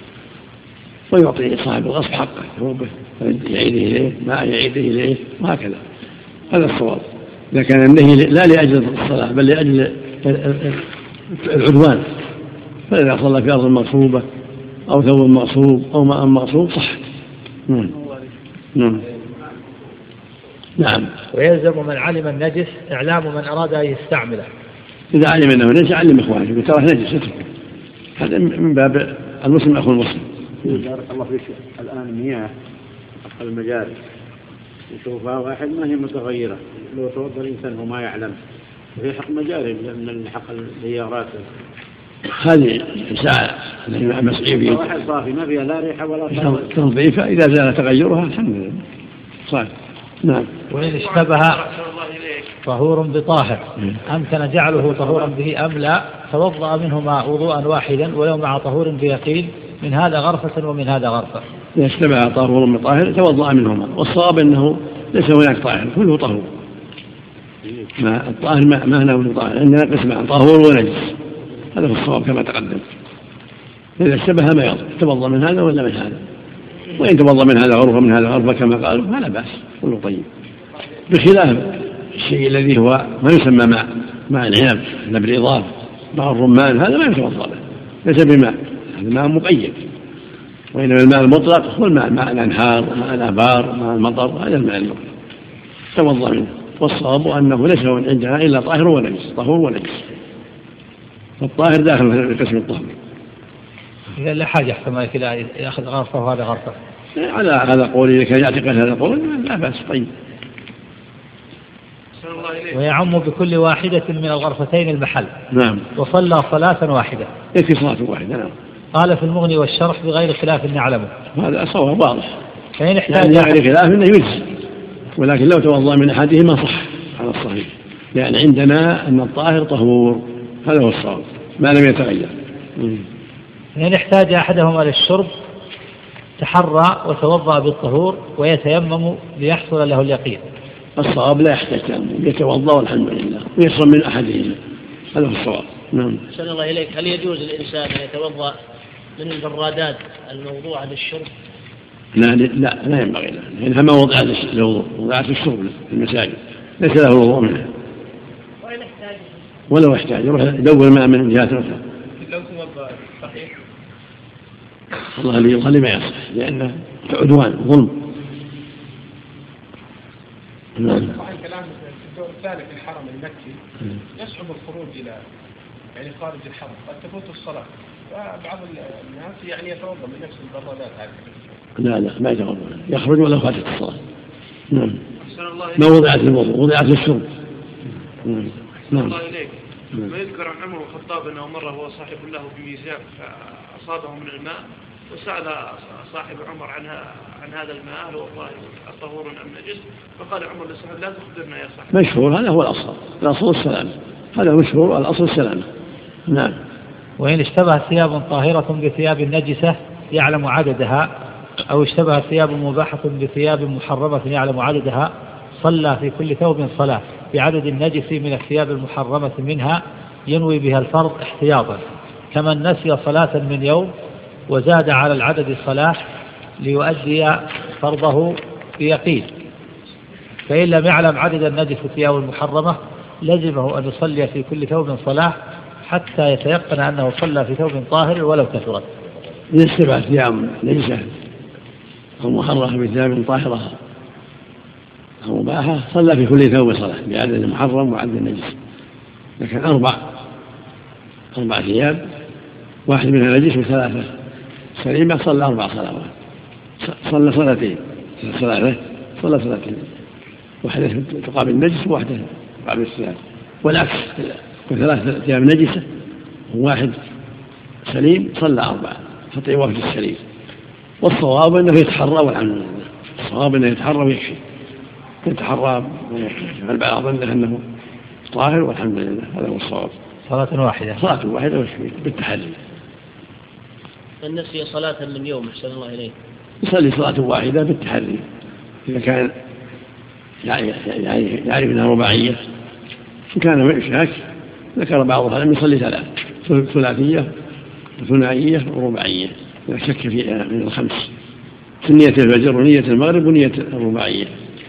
ويعطي صاحب الغصب حقه ثوبه يعيده إليه ما يعيده إليه وهكذا هذا الصواب إذا كان النهي لا لأجل الصلاة بل لأجل العدوان فإذا صلى في أرض مغصوبة أو ثوب مغصوب أو ماء مغصوب صح. نعم. نعم. نعم. ويلزم من علم النجس إعلام من أراد أن يستعمله. إذا علم أنه نجس علم إخوانه يقول ترى نجس اتركه هذا من باب المسلم أخو المسلم. بارك الله فيك. الآن المياه المجاري يشوفها واحد ما هي متغيرة لو توضأ الإنسان وما يعلم وهي حق مجاري من حق الزيارات هذه ساعة مسعية واحد صافي ما فيها لا ريحة ولا تنظيفة إذا زال تغيرها الحمد لله صحيح. نعم. وإن اشتبه طهور بطاهر أمكن جعله طهورا به أم لا توضأ منهما وضوءا واحدا ولو مع طهور بيقين من هذا غرفة ومن هذا غرفة. إذا اشتبه طهور بطاهر توضأ منهما والصواب أنه ليس هناك طاهر كله طهور ما الطاهر ما ما هنا طاهر عندنا قسمان طهور ونجس هذا هو الصواب كما تقدم. إذا اشتبه ما يضر توضأ من هذا ولا من هذا وإن توضأ من هذا غرفة من هذا غرفة كما قالوا فلا بأس كله طيب بخلاف الشيء الذي هو ما يسمى ماء ماء العنب نبل إضافة ماء الرمان هذا ما يتوضأ به ليس بماء هذا ماء مقيد وإنما الماء المطلق هو الماء ماء الأنهار ماء الآبار ماء المطر هذا الماء المطلق توضأ منه والصواب أنه ليس عندنا إلا طاهر ونجس طهور ونجس فالطاهر داخل في قسم الطهر. إذا لا حاجة احتمال كذا يأخذ غرفة وهذا غرفة على هذا قول إذا كان يعتقد هذا قول لا بأس طيب. ويعم بكل واحدة من الغرفتين المحل. نعم. وصلى صلاة واحدة يكفي صلاة واحدة. نعم. قال في المغني والشرح بغير خلاف نعلمه. هذا صواب واضح. فإن احتاج يعني غير خلاف إنه يجزي ولكن لو توضأ من أحدهما صح على الصحيح لأن يعني عندنا أن الطاهر طهور هذا هو الصواب ما لم يتغير. فإن احتاج أحدهما للشرب تحرى وتوضأ بالطهور ويتيمم ليحصل له اليقين. الصواب لا يحتاج تيمم يتوضأ والحمد لله ويشرب من أحدهما هذا هو الصواب. نعم. أحسن الله إليك. هل يجوز للإنسان أن يتوضأ من البرادات الموضوعة للشرب؟ لا لا لا ينبغي له لأنها ما وضعت للوضوء وضعت للشرب في المساجد ليس له وضوء منها ولو احتاج يروح يدور ماء من جهة أخرى. لو توضأ صحيح الله اللي يصلي ما يصح لأنه عدوان ظلم. نعم. صحيح الكلام في الدور الثالث في الحرم المكي يصعب الخروج إلى يعني خارج الحرم قد تفوت الصلاة وبعض الناس يعني يتوضأ من نفس البرادات هذه. لا لا ما يتوضأ يخرج ولا فاتت الصلاة. نعم. ما وضعت للوضوء وضعت للشرب. نعم. نعم. الله إليك. ما يذكر عن عمر الخطاب أنه مرة هو صاحب له بميزان فأصابه من الماء وسأل صاحب عمر عنها عن هذا الماء هل هو طهور أم نجس فقال عمر لصاحب لا تخبرنا يا صاحب. مشهور هذا هو الأصل الأصل السلام هذا مشهور الأصل السلام. نعم. وإن اشتبه ثياب طاهرة بثياب نجسة يعلم عددها أو اشتبه ثياب مباحة بثياب محرمة يعلم عددها صلى في كل ثوب صلاة بعدد النجس من الثياب المحرمة منها ينوي بها الفرض احتياطا كمن نسي صلاة من يوم وزاد على العدد الصلاة ليؤدي فرضه بيقين فإن لم يعلم عدد النجس الثياب المحرمة لزمه أن يصلي في كل ثوب صلاة حتى يتيقن أنه صلى في ثوب طاهر ولو كثرت. من السبع ثياب نجسة أو محرمة بثياب طاهرة أو مباحة صلى في كل ثوب صلاة بعدد محرم وعدد نجس. لكن أربع أربع ثياب واحد منها نجس وثلاثة سليمة صلى أربع صلوات، صلى صلاتين ثلاثة صلى صلاتين، واحدة تقابل النجس وواحدة تقابل الثياب، والعكس وثلاثة ثياب نجسة وواحد سليم صلى أربعة حتى يوافق السليم. والصواب أنه يتحرى والحمد لله، الصواب أنه يتحرى ويكفي، يتحرى ويكفي، البعض ظنه أنه طاهر والحمد لله، هذا هو الصواب. صلاة واحدة صلاة واحدة ويكفي بالتحري. من نسي صلاة من يوم أحسن الله إليه يصلي صلاة واحدة بالتحري إذا كان يعني يعرف أنها رباعية. إن كان شاك ذكر بعض العلماء يصلي ثلاث، ثلاثية وثنائية ورباعية إذا شك فيها من الخمس، في نية الفجر ونية المغرب ونية الرباعية.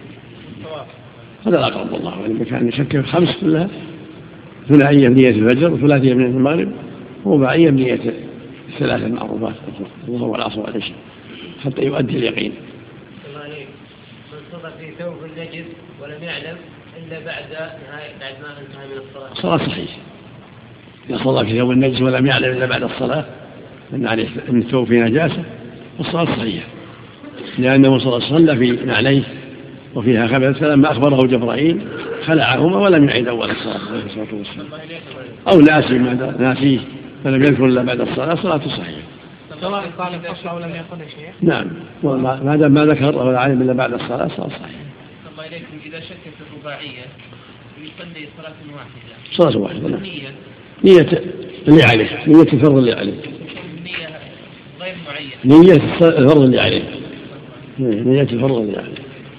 هذا الأقرب والله، إذا كان يشك في الخمس كلها، ثنائية بنية الفجر وثلاثية بنية المغرب ورباعية بنية الثلاثة المعروفات الظهر والعصر والعشاء حتى يؤدي اليقين. الله عليك، من صلى في ثوب النجس ولم يعلم إلا بعد نهاية بعد ما انتهى من الصلاة الصلاة صحيحة. إذا صلى في ثوب النجس ولم يعلم إلا بعد الصلاة أن عليه أن الثوب فيه نجاسة والصلاة صحيحة، لأنه صلى في نعليه وفيها خبث، فلما أخبره جبرائيل خلعهما ولم يعيد أول الصلاة عليه الصلاة والسلام. أو ناسي ما ناسيه فلم يذكر إلا بعد الصلاة صلاته صحيحة. سواء قال الفصل أو لم يقل شيء. نعم، ما دام ما ذكر ولا علم إلا بعد الصلاة صلاة صحيحة. الله إليكم، إذا شك في الرباعية يصلي صلاة واحدة. صلاة واحدة. نية نية اللي عليه، نية الفرض اللي عليه. نية غير معينة. نية الفرض اللي عليه. نية الفرض اللي عليه.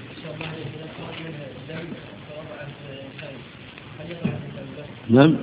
نعم.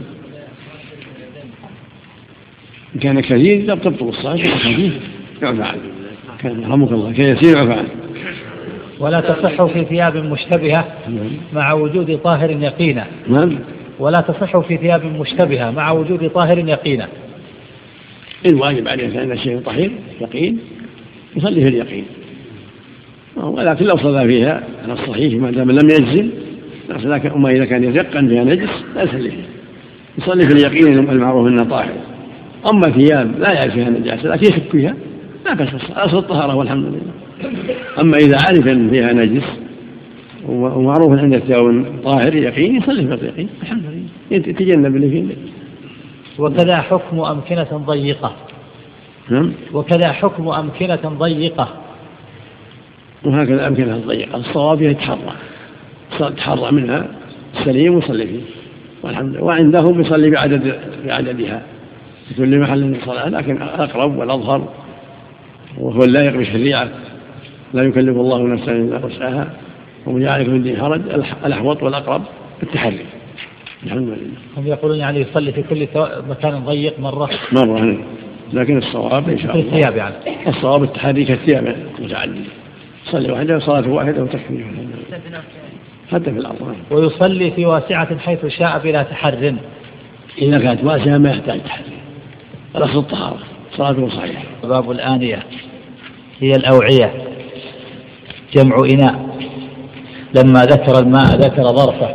إن كان كثير لا تبطل الصلاة، كان خفيف يعفى عنه، كان يرحمك الله كان يسير يعفى عنه. ولا تصح في ثياب مشتبهة مع وجود طاهر يقينا. نعم. ولا تصح في ثياب مشتبهة مع وجود طاهر يقينا. الواجب عليه كان شيء طهير يقين يصلي في اليقين، ولكن لو صلى فيها على الصحيح ما دام لم يجزم، لكن أما إذا كان يتيقن فيها نجس لا يصلي فيها، يصلي في اليقين المعروف أنه طاهر. أما ثياب لا يعرف فيها نجاسة لكن يشك فيها لا بأس، أصل الطهارة والحمد لله. أما إذا عرف أن فيها نجس ومعروف أن الثياب طاهر يقين يصلي في اليقين الحمد لله، يتجنب اللي فيه. وكذا حكم أمكنة ضيقة. نعم. وكذا حكم أمكنة ضيقة. وهكذا أمكنة ضيقة الصواب يتحرى يتحرى منها السليم ويصلي فيه والحمد لله. وعندهم يصلي بعدد بعددها في كل محل من الصلاة، لكن الأقرب والأظهر وهو اللائق بالشريعة، لا يكلف الله نفسا إلا وسعها ومن يعرف من دين حرج، الأحوط والأقرب بالتحري الحمد لله. هم يقولون يعني يصلي في كل مكان ضيق مرة مرة، لكن الصواب إن شاء الله الثياب يعني الصواب التحري كالثياب متعددة، صلي واحدة صلاة واحدة وتكفي حتى في الأرض. ويصلي في واسعة حيث شاء بلا تحر. إذا كانت واسعة ما يحتاج تحري، الأصل الطهارة صلاته صحيحة. باب الآنية هي الأوعية جمع إناء. لما ذكر الماء ذكر ظرفه.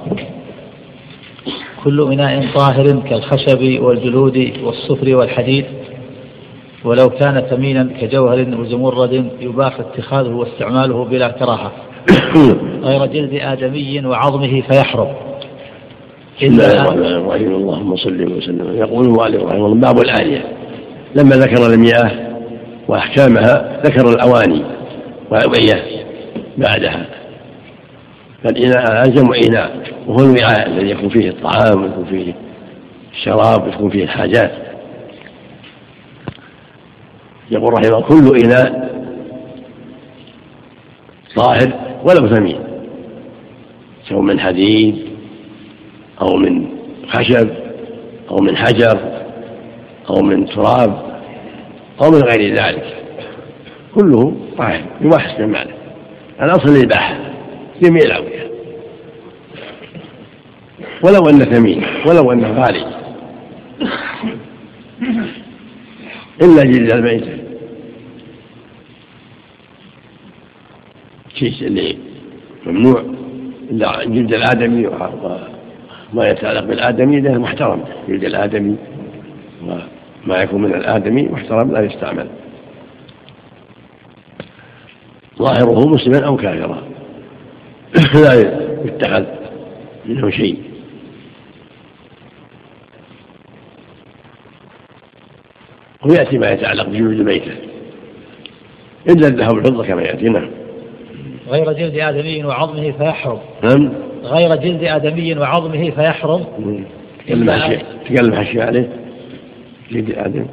كل إناء طاهر كالخشب والجلود والصفر والحديد، ولو كان ثمينا كجوهر وزمرد يباح اتخاذه واستعماله بلا كراهة غير جلد آدمي وعظمه فيحرم. بسم الله الرحمن الرحيم. اللهم صل وسلم. يقول المؤلف رحمه الله باب الآنية، لما ذكر المياه وأحكامها ذكر الأواني والأوعية بعدها. فالإناء جمع إناء وهو الوعاء الذي يكون فيه الطعام ويكون فيه الشراب ويكون فيه الحاجات. يقول رحمه الله كل إناء طاهر ولو ثمين، سواء من حديد أو من خشب أو من حجر أو من تراب أو من غير ذلك، كله طاهر يباح استعماله. الأصل الإباحة جميع الأوعية، ولو أنه ثمين ولو أنه غالي إلا جلد الميتة شيء اللي ممنوع إلا جلد الآدمي وما يتعلق بالآدمي ده محترم. جلد الآدمي وما يكون من الآدمي محترم لا يستعمل، ظاهره مسلما أو كافرا لا يتخذ منه شيء. ويأتي ما يتعلق بجلود الميتة إلا الذهب والفضة كما يأتينا. غير جلد آدمي وعظمه فيحرم. نعم. غير جلد آدمي وعظمه فيحرم. تكلم حشي تكلم حشي عليه جلد آدم.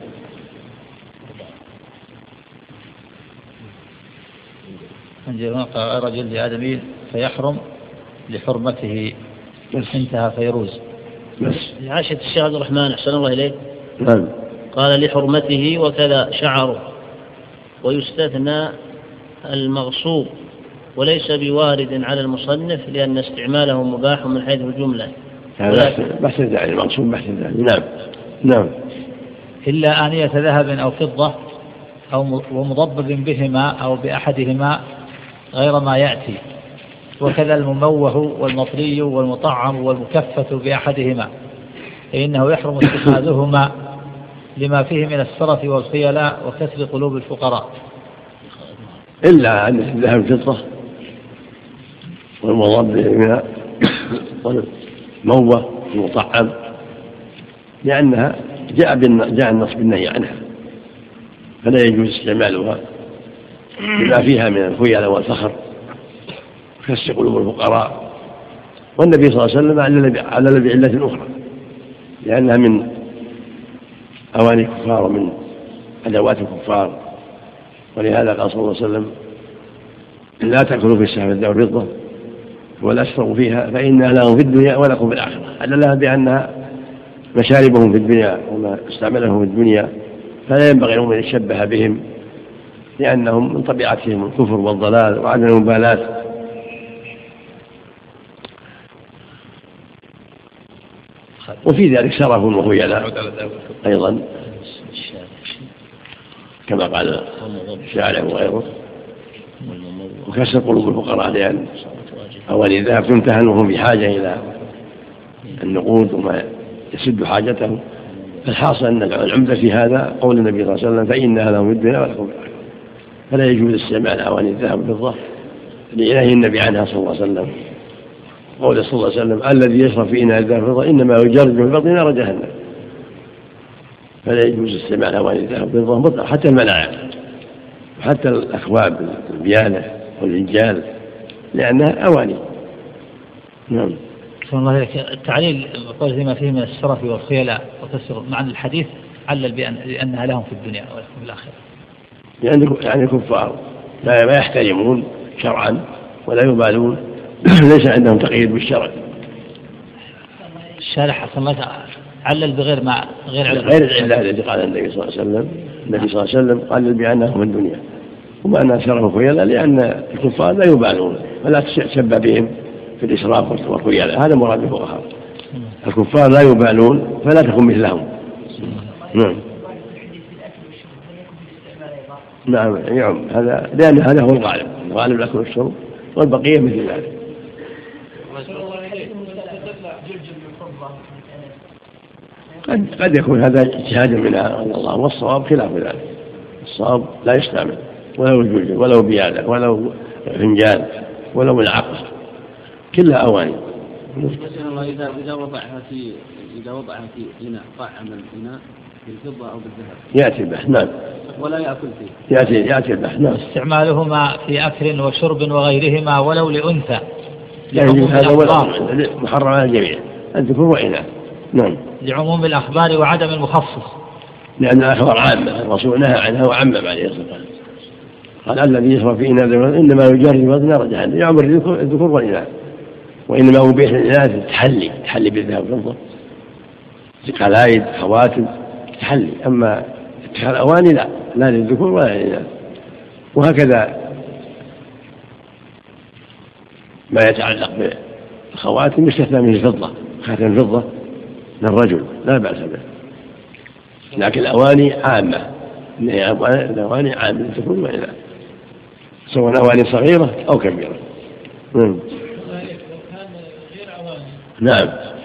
غير جلد آدمي فيحرم لحرمته. انتهى فيروز. بس. عاشة الشيخ عبد الرحمن أحسن الله إليك. نعم. قال لحرمته وكذا شعره، ويستثنى المغصوب وليس بوارد على المصنف لأن استعماله مباح من حيث الجملة. هذا بحث الداعي المغصوب بحث الداعي. نعم نعم. إلا آنية ذهب أو فضة أو ومضبب بهما أو بأحدهما غير ما يأتي، وكذا المموه والمطلي والمطعم والمكفة بأحدهما، فإنه يحرم اتخاذهما لما فيه من السرف والخيلاء وكسر قلوب الفقراء. إلا أن الذهب الفضة والمضبب بهما والموه والمطعم لأنها جاء جاء النص بالنهي عنها، فلا يجوز استعمالها بما فيها من الخيلاء والفخر وكسر قلوب الفقراء. والنبي صلى الله عليه وسلم علل بعلة أخرى لأنها من أواني الكفار ومن أدوات الكفار، ولهذا قال صلى الله عليه وسلم لا تأكلوا في السهم الذهب والفضة ولا تشربوا فيها فإنها لهم في الدنيا ولكم في الآخرة. عللها بأنها مشاربهم في الدنيا وما استعملهم في الدنيا، فلا ينبغي لهم أن يتشبه بهم لأنهم من طبيعتهم الكفر والضلال وعدم المبالاة. وفي ذلك سرف وخيلاء أيضا كما قال الشاعر وغيره، وكسر قلوب الفقراء لأن أولي الذهب تمتهن وهم بحاجة إلى النقود وما يسد حاجتهم. فالحاصل أن العمدة في هذا قول النبي صلى الله عليه وسلم فإنها لهم في الدنيا ولكم في الآخرة، فلا يجوز استعمال أواني الذهب والفضة لنهي النبي عنها صلى الله عليه وسلم. قول صلى الله عليه وسلم الذي يشرب في إناء الذهب والفضة إنما يجرد في بطن نار جهنم، فلا يجوز استعمال أواني الذهب والفضة مطلقا، حتى الملاعق وحتى الأكواب البيانة والرجال لأنها أواني. نعم. الله التعليل قول ما فيه من السرف والخيلاء وكسر معنى الحديث علل بأن لأنها لهم في الدنيا ولهم في الآخرة، يعني يعني الكفار لا يحترمون شرعا ولا يبالون ليس عندهم تقييد بالشرع. الشارح حسن الله علل بغير ما غير علل غير العلة التي قال النبي صلى الله عليه وسلم. النبي صلى الله عليه وسلم قال بأنها من الدنيا وما أنها شرف خيلاء لأن الكفار لا يبالون ولا تشبه بهم في الإسراف والخيلاء. هذا مراد الفقهاء، الكفار لا يبالون فلا تكن مثلهم. نعم نعم يعم هذا لأن هذا هو الغالب، الغالب الأكل والشرب والبقية مثل ذلك. قد قد يكون هذا اجتهاد منها الله، والصواب خلاف ذلك. الصواب لا يستعمل ولو جلجل ولو بيادة ولو فنجان ولو العقل كلها أواني. مثلا الله إذا إذا وضعها في إذا وضعها في إناء طعم الإناء بالفضة أو بالذهب يأتي البحث. نعم. ولا يأكل فيه. يأتي يأتي البحث. نعم. استعمالهما في أكل وشرب وغيرهما ولو لأنثى. يعني هذا ولا محرم على الجميع الذكور وإناث. نعم. لعموم الأخبار وعدم المخصص. لأن الأخبار عامة، الرسول نهى عنها وعمم عليه الصلاة والسلام. قال الذي يشرب في إناء إنما يجرد بطن نار جهنم يعمر الذكور والإناث، وإنما هو بيح الإناث تحلي تحلي بالذهب والفضة، قلايد خواتم تحلي، أما اتخاذ أواني لا لا للذكور ولا للإناث. وهكذا ما يتعلق بالخواتم يستثنى من الفضة خاتم فضة للرجل لا بأس به، لكن الأواني عامة، الأواني عامة تكون وإلا سواء أواني صغيرة أو كبيرة. مم. نعم.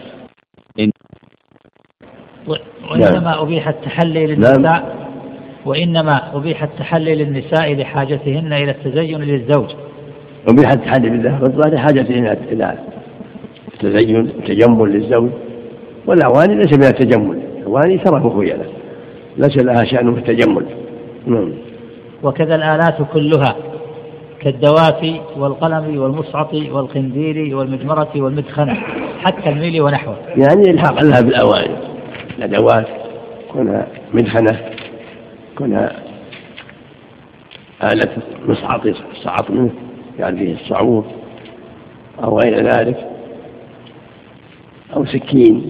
وإنما أبيح التحلي للنساء وإنما أبيح التحلي للنساء لحاجتهن إلى التزين للزوج. أبيح التحلي بالذهب والفضة لحاجتهن إلى التزين والتجمل للزوج، والأواني ليس بها التجمل، الأواني ترى خيلة ليس لها شأن في التجمل. نعم. وكذا الآلات كلها كالدوافي والقلم والمصعط والقنديل والمجمرة والمدخنة حتى الميل ونحوه. يعني الحق لها بالأواني، الأدوات كونها مدخنة، كونها آلة مصعط صعط منه يعني فيه الصعور أو غير ذلك، أو سكين،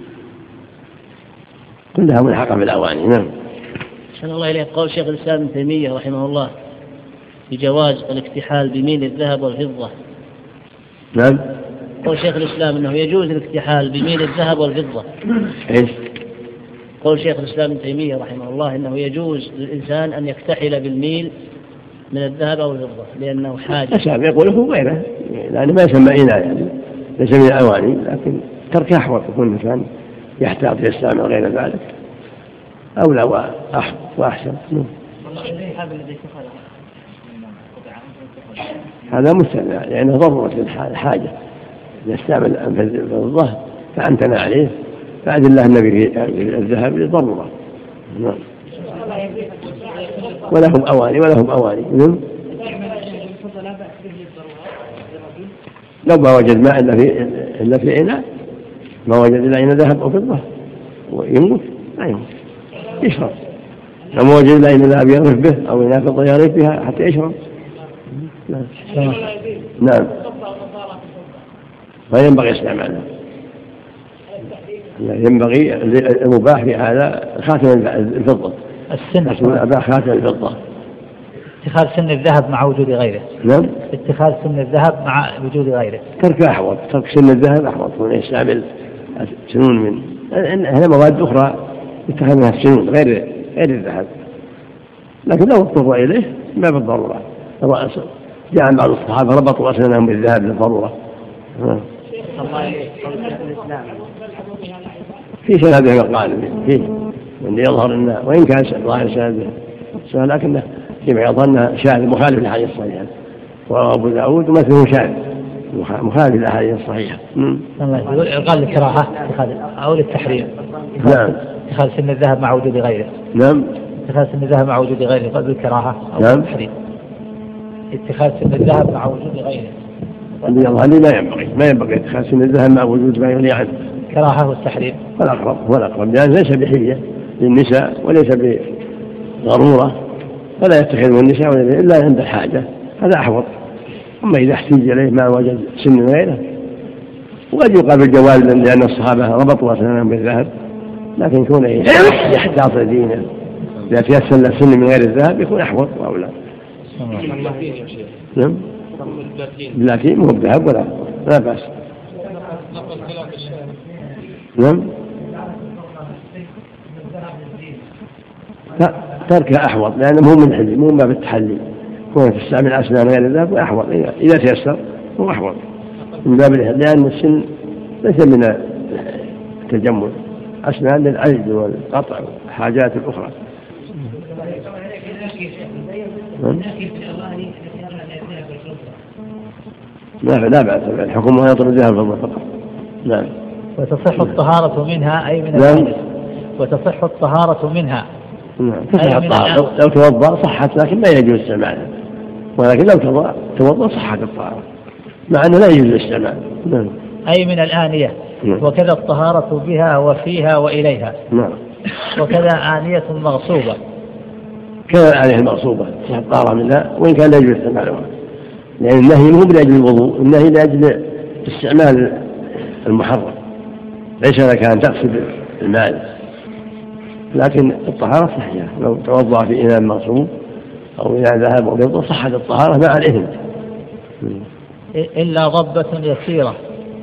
كلها ملحقة بالأواني. نعم. أحسن الله إليك. قول شيخ الإسلام ابن تيمية رحمه الله بجواز الاكتحال بميل الذهب والفضة. نعم. قول شيخ الإسلام أنه يجوز الاكتحال بميل الذهب والفضة. إيش؟ قول شيخ الإسلام ابن تيمية رحمه الله أنه يجوز للإنسان أن يكتحل بالميل من الذهب أو الفضة لأنه حاجة. الشافعي يقول هو غيره، لأنه ما يسمى إناء يعني ليس من الأواني، لكن ترك أحوط، يكون الإنسان يحتاط يستعمل غير ذلك أولى وأحسن. هذا مستثنى لأنه ضرورة الحاجة، يستعمل في الظهر فأمتنع عليه فأذن الله النبي الذهب لضرورة. نعم. ولهم أواني ولهم أواني. نعم. لو ما وجد ماء إلا في إلا في إناء، ما وجد إلا إناء ذهب أو فضة ويموت لا يموت، يشرب. لو ما وجد إلا إناء ذهب يغرف به أو إناء فضة يغرف بها حتى يشرب. نعم. نعم. ما ينبغي استعمالها، ينبغي المباح في هذا خاتم الفضة، السن أباح خاتم الفضة، اتخاذ سن الذهب مع وجود غيره. نعم. اتخاذ سن الذهب مع وجود غيره. ترك أحوط، ترك سن الذهب أحوط من يستعمل سنون من هذه مواد أخرى يتخذ منها السنون غير غير الذهب، لكن لو اضطر إليه ما بالضرورة. جاء بعض الصحابة ربطوا أسنانهم بالذهب للضرورة. في سنده مقال فيه من يظهر الناس وإن كان ظاهر سنده، لكنه فيما يظن شاذ مخالف للحديث الصحيحة، وأبو داود مثله شاذ مخالف للأحاديث الصحيحة. قال الكراهة أو للتحريم. نعم. اتخاذ سن الذهب مع وجود غيره. نعم. اتخاذ سن الذهب مع وجود غيره قال بالكراهة أو نعم. التحريم. اتخاذ سن الذهب مع وجود غيره. هذه لا ينبغي، ما ينبغي اتخاذ سن الذهب مع وجود ما يغني عنه. كراهة والتحريم. والأقرب والأقرب لأن ليس بحية للنساء وليس بضرورة، فلا يتخذه النساء إلا عند الحاجة، هذا أحوط. أما إذا احتيج إليه ما وجد سن غيره، وقد يقال بالجواز لأن الصحابة ربطوا أسنانهم بالذهب، لكن يكون يحتاط دينه إذا تيسر له سن من غير الذهب يكون أحوط وأولى. نعم. البلاتين مو بذهب ولا لا بأس. نعم. لا تركها أحوط لأنه مو من حل، مو ما بالتحلي، كون تستعمل أسنان غير الذهب أحوط إذا تيسر هو أحوط من باب الحل، لأن السن ليس من التجمل، أسنان للعجز والقطع والحاجات الأخرى. لا لا بأس، الحكم ما يطلب الذهب فقط. نعم. وتصح الطهارة منها أي من الحدث. وتصح الطهارة منها. نعم. تصح الطهارة لو توضأ صحت، لكن ما يجوز استعمالها، ولكن لو توضأ صحت الطهارة مع أنه لا يجوز الاستعمال. نعم. أي من الآنية. نعم. وكذا الطهارة بها وفيها وإليها. نعم. وكذا آنية مغصوبة. كذا الآنية المغصوبة تصح الطهارة منها وإن كان لا يجوز استعمالها، لأن النهي مو لأجل الوضوء، النهي لأجل استعمال المحرم، ليس لك أن تغسل المال، لكن الطهارة صحيحة لو توضأ في إناء مغصوب أو إناء ذهب أو فضة صحت الطهارة مع الإثم. إلا ضبة يسيرة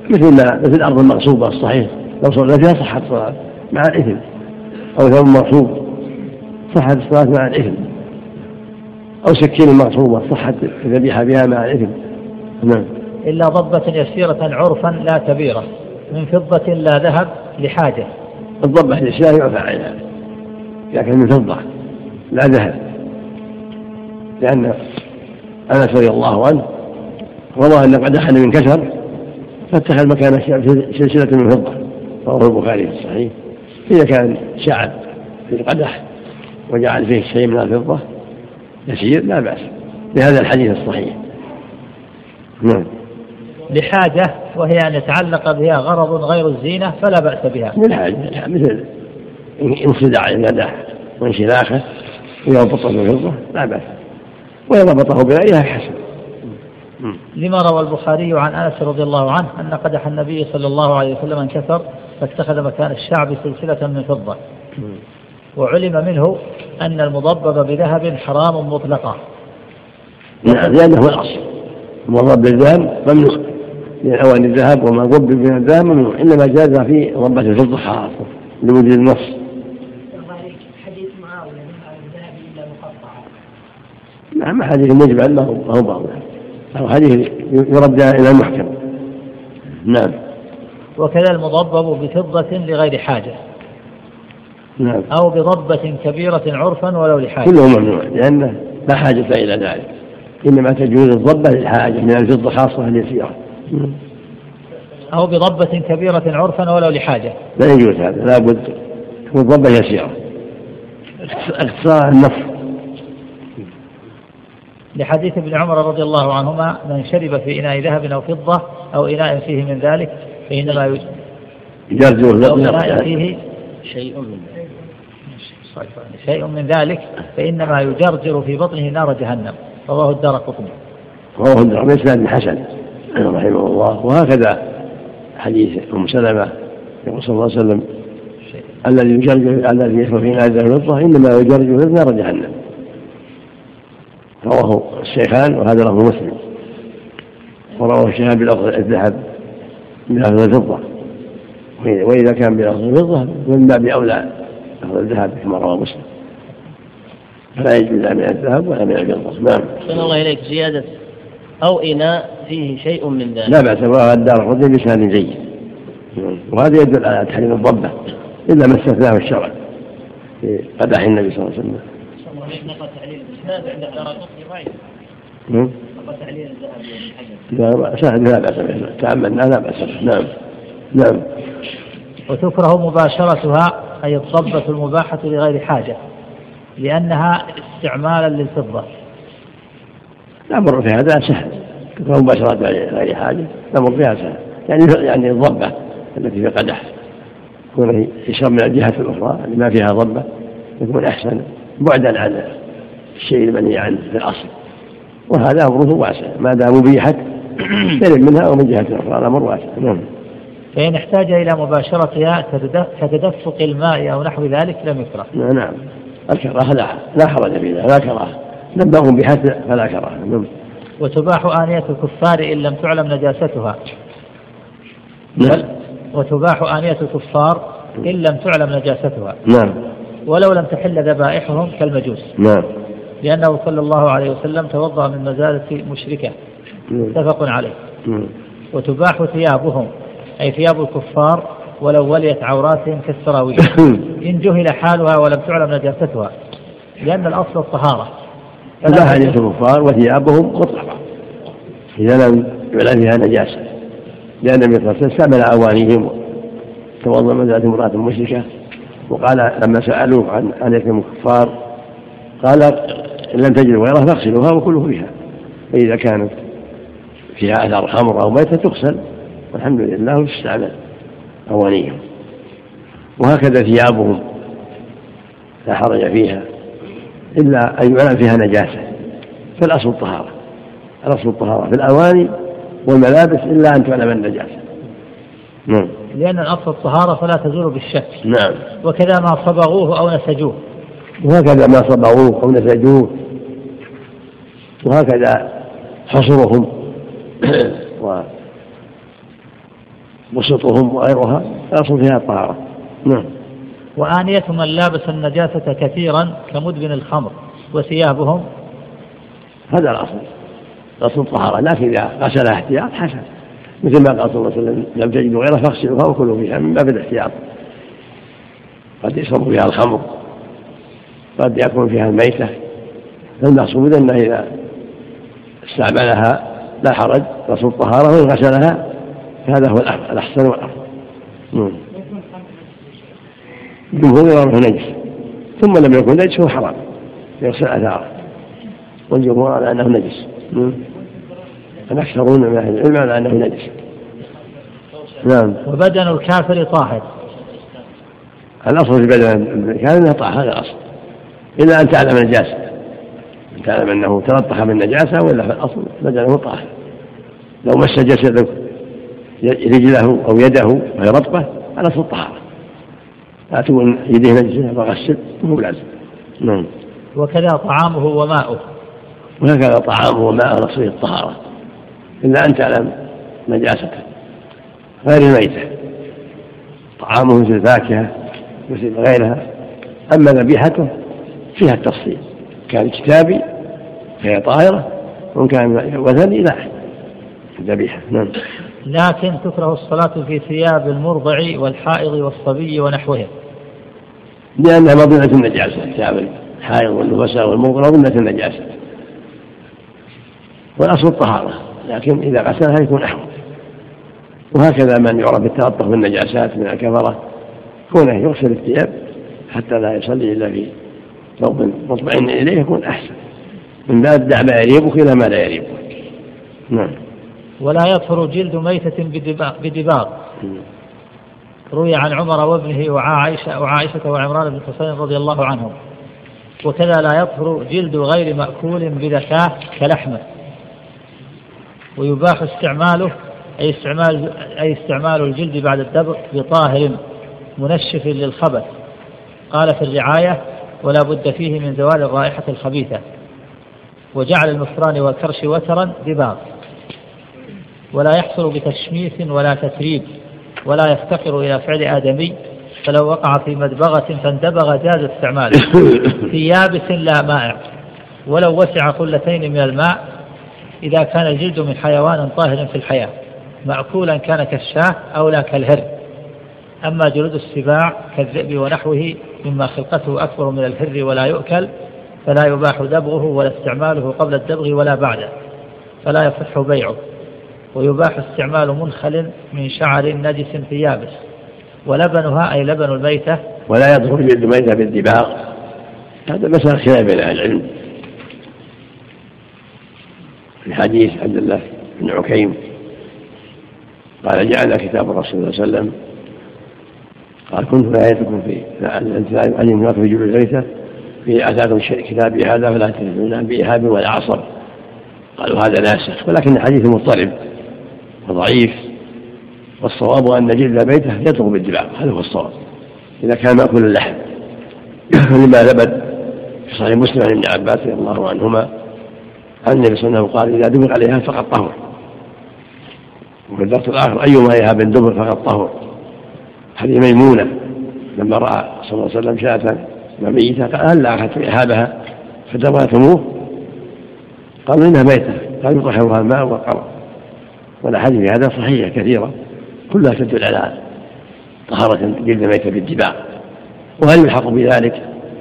مثل ما مثل الأرض المغصوبة الصحيح لو صلى فيها صحت الصلاة مع الإثم، أو ثوب مغصوب صحت الصلاة مع الإثم، أو سكين مغصوبة صحت الذبيحة بها مع الإثم. نعم. إلا ضبة يسيرة عرفا لا كبيرة من فضة لا ذهب لحاجة. الضبة اليسيرة يعفى عنها لكن من فضة لا ذهب، لأن أنس رضي الله عنه روى أن قدحا من كسر فاتخذ مكان سلسلة من فضة، رواه البخاري في الصحيح. إذا كان شعب في القدح وجعل فيه شيء من الفضة يسير لا بأس بهذا الحديث الصحيح. نعم. لحاجة وهي أن يتعلق بها غرض غير الزينة فلا بأس بها. للحاجة مثل انصداع القدح وانشلاخه إذا ربطه بالفضة لا بأس، وإذا ربطه بغيرها حسن. لما روى البخاري عن أنس رضي الله عنه أن قدح النبي صلى الله عليه وسلم انكسر فاتخذ مكان الشعب سلسلة من فضة، وعلم منه أن المضبب بذهب حرام مطلقا. نعم، لأنه الأصل المضبب بالذهب ممنوع من أواني الذهب، وما ضب من الذهب ممنوع، إنما جاز في ضبة الفضة خاصة لوجود النص. حديث معاوية من الذهب إلا مقطعا. نعم، حديث مجمل ما هو باطل، أو حديث يرد إلى المحكم. نعم. وكذا المضبب بفضة لغير حاجة. نعم. أو بضبة كبيرة عرفا ولو لحاجة. كله ممنوع لأنه لا حاجة إلى ذلك، إنما تجوز الضبة للحاجة من الفضة خاصة اليسيرة. أو بضبة كبيرة عرفا ولو لحاجة. لا يجوز هذا، لا بد تكون ضبة يسيرة اختصار النص. لحديث ابن عمر رضي الله عنهما من شرب في إناء ذهب أو فضة أو إناء فيه من ذلك فإنما يجرجر أو إناء فيه شيء من شيء من ذلك فإنما يجرجر في بطنه نار جهنم. رواه الدارقطني. رواه الدارقطني بإسناد حسن رحمه الله. وهكذا حديث أم سلمة يقول صلى الله عليه وسلم الذي يجرجر الذي يشرب في إناء ذهب وفضة إنما يجرجر في نار جهنم. رواه الشيخان وهذا له مسلم. ورواه الشيخان بلفظ الذهب بلفظ الفضة، وإذا كان بلفظ الفضة من باب أولى لفظ الذهب كما رواه مسلم، فلا يجوز لا من الذهب ولا من الفضة. نعم. أحسن الله إليك. زيادة أو إناء فيه شيء من ذلك لا بأس، رواه الدارقطني بإسناد جيد، وهذا يدل على تحريم الضبة إلا ما استثناه الشرع في قدح النبي صلى الله عليه وسلم. نقل تعليل الإسناد عند الدارقطني ضعيف. نقل تعليل الذهب لا سهل لا بأس به، تعمدنا لا بأس به. نعم. نعم. وتكره مباشرتها أي الضبة المباحة لغير حاجة لأنها استعمالا للفضة. الأمر في هذا سهل، تكره مباشرة لغير حاجة الأمر فيها سهل، يعني يعني الضبة التي في قدح يكون يشرب من الجهة الأخرى اللي ما فيها ضبة يكون أحسن بعدا عن الشيء المنهي عنه في الأصل، وهذا أمره واسع ما دام مبيحت يرد منها ومن جهة أخرى الأمر واسع. نعم. فإن احتاج إلى مباشرتها كتدفق الماء أو نحو ذلك لم يكره. نعم. الكراهة لا لا حرج في ذلك، لا كراهة نبههم بحث فلا كراهة. نعم. وتباح آنية الكفار إن لم تعلم نجاستها. نعم. وتباح آنية الكفار إن لم تعلم نجاستها. نعم. ولو لم تحل ذبائحهم كالمجوس. نعم. لأنه صلى الله عليه وسلم توضأ من مزادة مشركة متفق عليه. نعم. وتباح ثيابهم أي ثياب الكفار ولو وليت عوراتهم كالسراويل إن جهل حالها ولم تعلم نجاستها، لأن الأصل الطهارة. فلا حديث الكفار وثيابهم مطلقة إذا لم يعلم فيها نجاسة، لأن النبي صلى الله عليه وسلم استعمل أوانيهم توضأ من ذات امرأة مشركة، وقال لما سألوه عن أن يكون الكفار قال إن لم تجدوا غيرها فاغسلوها وكلوا فيها، فإذا كانت فيها أثر خمر أو ميتة تغسل والحمد لله وتستعمل أوانيهم. وهكذا ثيابهم لا حرج فيها إلا أن يعلم فيها نجاسة، فالأصل الطهارة الأصل الطهارة في الأواني والملابس إلا أن تعلم النجاسة. نعم. لأن الأصل الطهارة فلا تزول بالشك. نعم. وكذا ما صبغوه أو نسجوه. وهكذا ما صبغوه أو نسجوه، وهكذا حصرهم بسطهم وغيرها الأصل فيها الطهارة. نعم. وآنية من لابس النجاسة كثيرا كمدمن الخمر وثيابهم، هذا الأصل، الأصل الطهارة، لكن إذا غسلها احتياط حسن، مثل ما قال صلى الله عليه وسلم لم تجدوا غيرها فاغسلوها وكلوا فيها من باب الاحتياط. قد يشرب فيها الخمر، قد يكون فيها الميتة، فالمقصود أنه إذا استعملها لا حرج، رسول الطهارة وإن غسلها هذا هو الأحسن والأفضل. الجمهور يرى أنه نجس، ثم لم يكن نجس هو حرام يغسل أثاره، والجمهور على أنه نجس، الأكثرون من أهل العلم على أنه نجس. نعم. وبدن الكافر طاهر، الأصل في بدن الكافر أنه طاهر، هذا الأصل، إلا أن تعلم النجاسة، أن تعلم أنه تلطخ بالنجاسة، ولا في الأصل بدنه طاهر. لو مس جسده رجله أو يده وهي رطبة الأصل الطهارة، لا تكون يديه نجسة فغسل مو لازم. نعم. وكذا طعامه وماؤه، وهكذا طعامه وماءه الأصل الطهارة، إلا أن تعلم نجاسته غير الميتة. طعامه مثل الفاكهة مثل غيرها، أما ذبيحته فيها التفصيل، كان كتابي فهي طاهرة، وإن كان وثني لا الذبيحة. نعم. لكن تكره الصلاة في ثياب المرضع والحائض والصبي ونحوهم، لأنها مظنة النجاسة، ثياب الحائض والنفساء والمرضع مظنة النجاسة، والأصل الطهارة، لكن إذا غسلها يكون أحوط. وهكذا من يعرف التلطخ بالنجاسات من الكفرة كونه يغسل الثياب حتى لا يصلي إلا في ثوب مطمئن إليه يكون أحسن، من باب دع ما يريبك إلى ما لا يريبك. نعم. ولا يطهر جلد ميتة بدباغ، روي عن عمر وابنه وعائشة, وعائشة وعمران بن حسين رضي الله عنهم. وكذا لا يطهر جلد غير مأكول بذكاة كلحمه، ويباح استعماله أي استعمال, أي استعمال الجلد بعد الدبغ بطاهر منشف للخبث. قال في الرعاية: ولا بد فيه من زوال الرائحة الخبيثة. وجعل المفران والكرش وترا دباغ، ولا يحصل بتشميس ولا تتريب، ولا يفتقر إلى فعل آدمي، فلو وقع في مدبغة فاندبغ جاز استعماله في يابس لا مائع، ولو وسع قلتين من الماء، إذا كان الجلد من حيوان طاهر في الحياة مأكولا كان كالشاه أو لا كالهر. أما جلود السباع كالذئب ونحوه مما خلقته أكبر من الهر ولا يؤكل، فلا يباح دبغه ولا استعماله قبل الدبغ ولا بعده، فلا يصح بيعه. ويباح استعمال منخل من شعر نجس في يابس، ولبنها أي لبن الميتة. ولا يطهر جلد الميتة بالدباغ، هذا مسألة خلاف بين أهل العلم. في حديث عبد الله بن عكيم قال: جعلنا كتاب الرسول صلى الله عليه وسلم، قال: كنت نهايتكم في أن في جلد الميتة في أتاكم كتابي هذا فلا تهزمون بإهاب ولا عصب. قالوا هذا ناسخ، ولكن الحديث مضطرب وضعيف، والصواب أن جلد الميتة يطهر بالدباغ، هذا هو الصواب إذا كان مأكل اللحم، لما ثبت في صحيح مسلم عن ابن عباس رضي الله عنهما عن النبي صلى الله عليه وسلم قال: إذا دبغ عليها فقد طهر. وفي الدرس الآخر: أيما إهاب دبغ فقد طهر. هذه ميمونة لما رأى صلى الله عليه وسلم شاة ميتة قال: هل أخذت إهابها فدبغتموه؟ قالوا: إنها ميتة. قال: يطهرها الماء والقرى. والأحاديث في هذا صحيحة كثيرة كلها تدل على طهارة جلد الميتة بالدباغ. وهل يلحق بذلك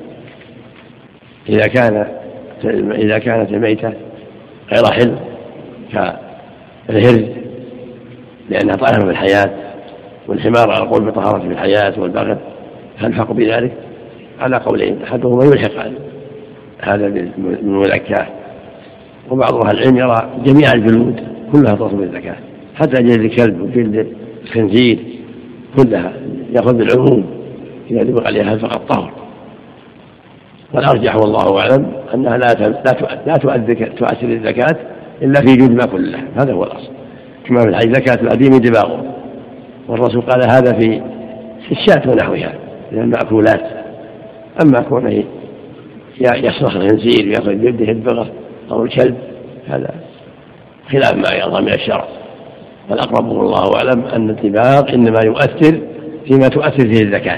إذا كان إذا كانت الميتة غير حل كالهر لأنها طاهرة بالحياة، والحمار على قول بطهارة بالحياة، والبغل هل يلحق بذلك؟ على قولين: أحدهما يلحق هذا بالمزكاة، وبعض أهل العلم يرى جميع الجلود كلها تصل بالزكاة، حتى جلد الكلب وجلد الخنزير كلها يأخذ بالعموم، إذا دبغ عليها فقد طهر. والأرجح والله أعلم أنها لا لا تؤثر الزكاة إلا في جلد ما كل اللحم، هذا هو الأصل، كما في الحديث: زكاة الأديم دباغه. والرسول قال هذا في الشاة ونحوها من المأكولات. أما كونه يصرخ الخنزير ويأخذ جلده البغة أو الكلب هذا خلاف ما يرضى من الشرع. والأقرب والله أعلم أن الدباغ إنما يؤثر فيما تؤثر فيه الزكاة،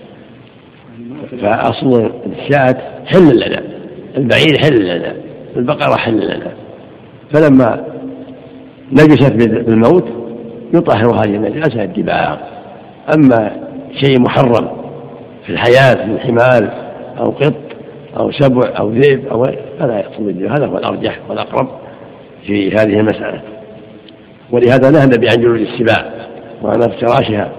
فأصل الشاة حل لنا، البعير حل لنا، البقرة حل لنا، فلما نجست بالموت يطهر هذه النجاسة الدباغ. أما شيء محرم في الحياة من حمال أو قط أو سبع أو ذئب أو فلا يقصد الدباغ، هذا هو الأرجح والأقرب في هذه المسألة. ولهذا نهى النبي عن جلود السباع وعن افتراشها،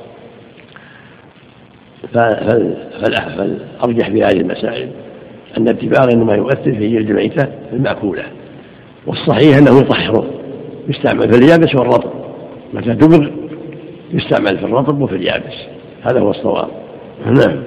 فالأرجح في هذه المسائل أن الدباغ إنما يؤثر في جلد الميتة المأكولة، والصحيح أنه يطهره، يستعمل في اليابس والرطب، متى دبغ يستعمل في الرطب وفي اليابس، هذا هو الصواب. نعم.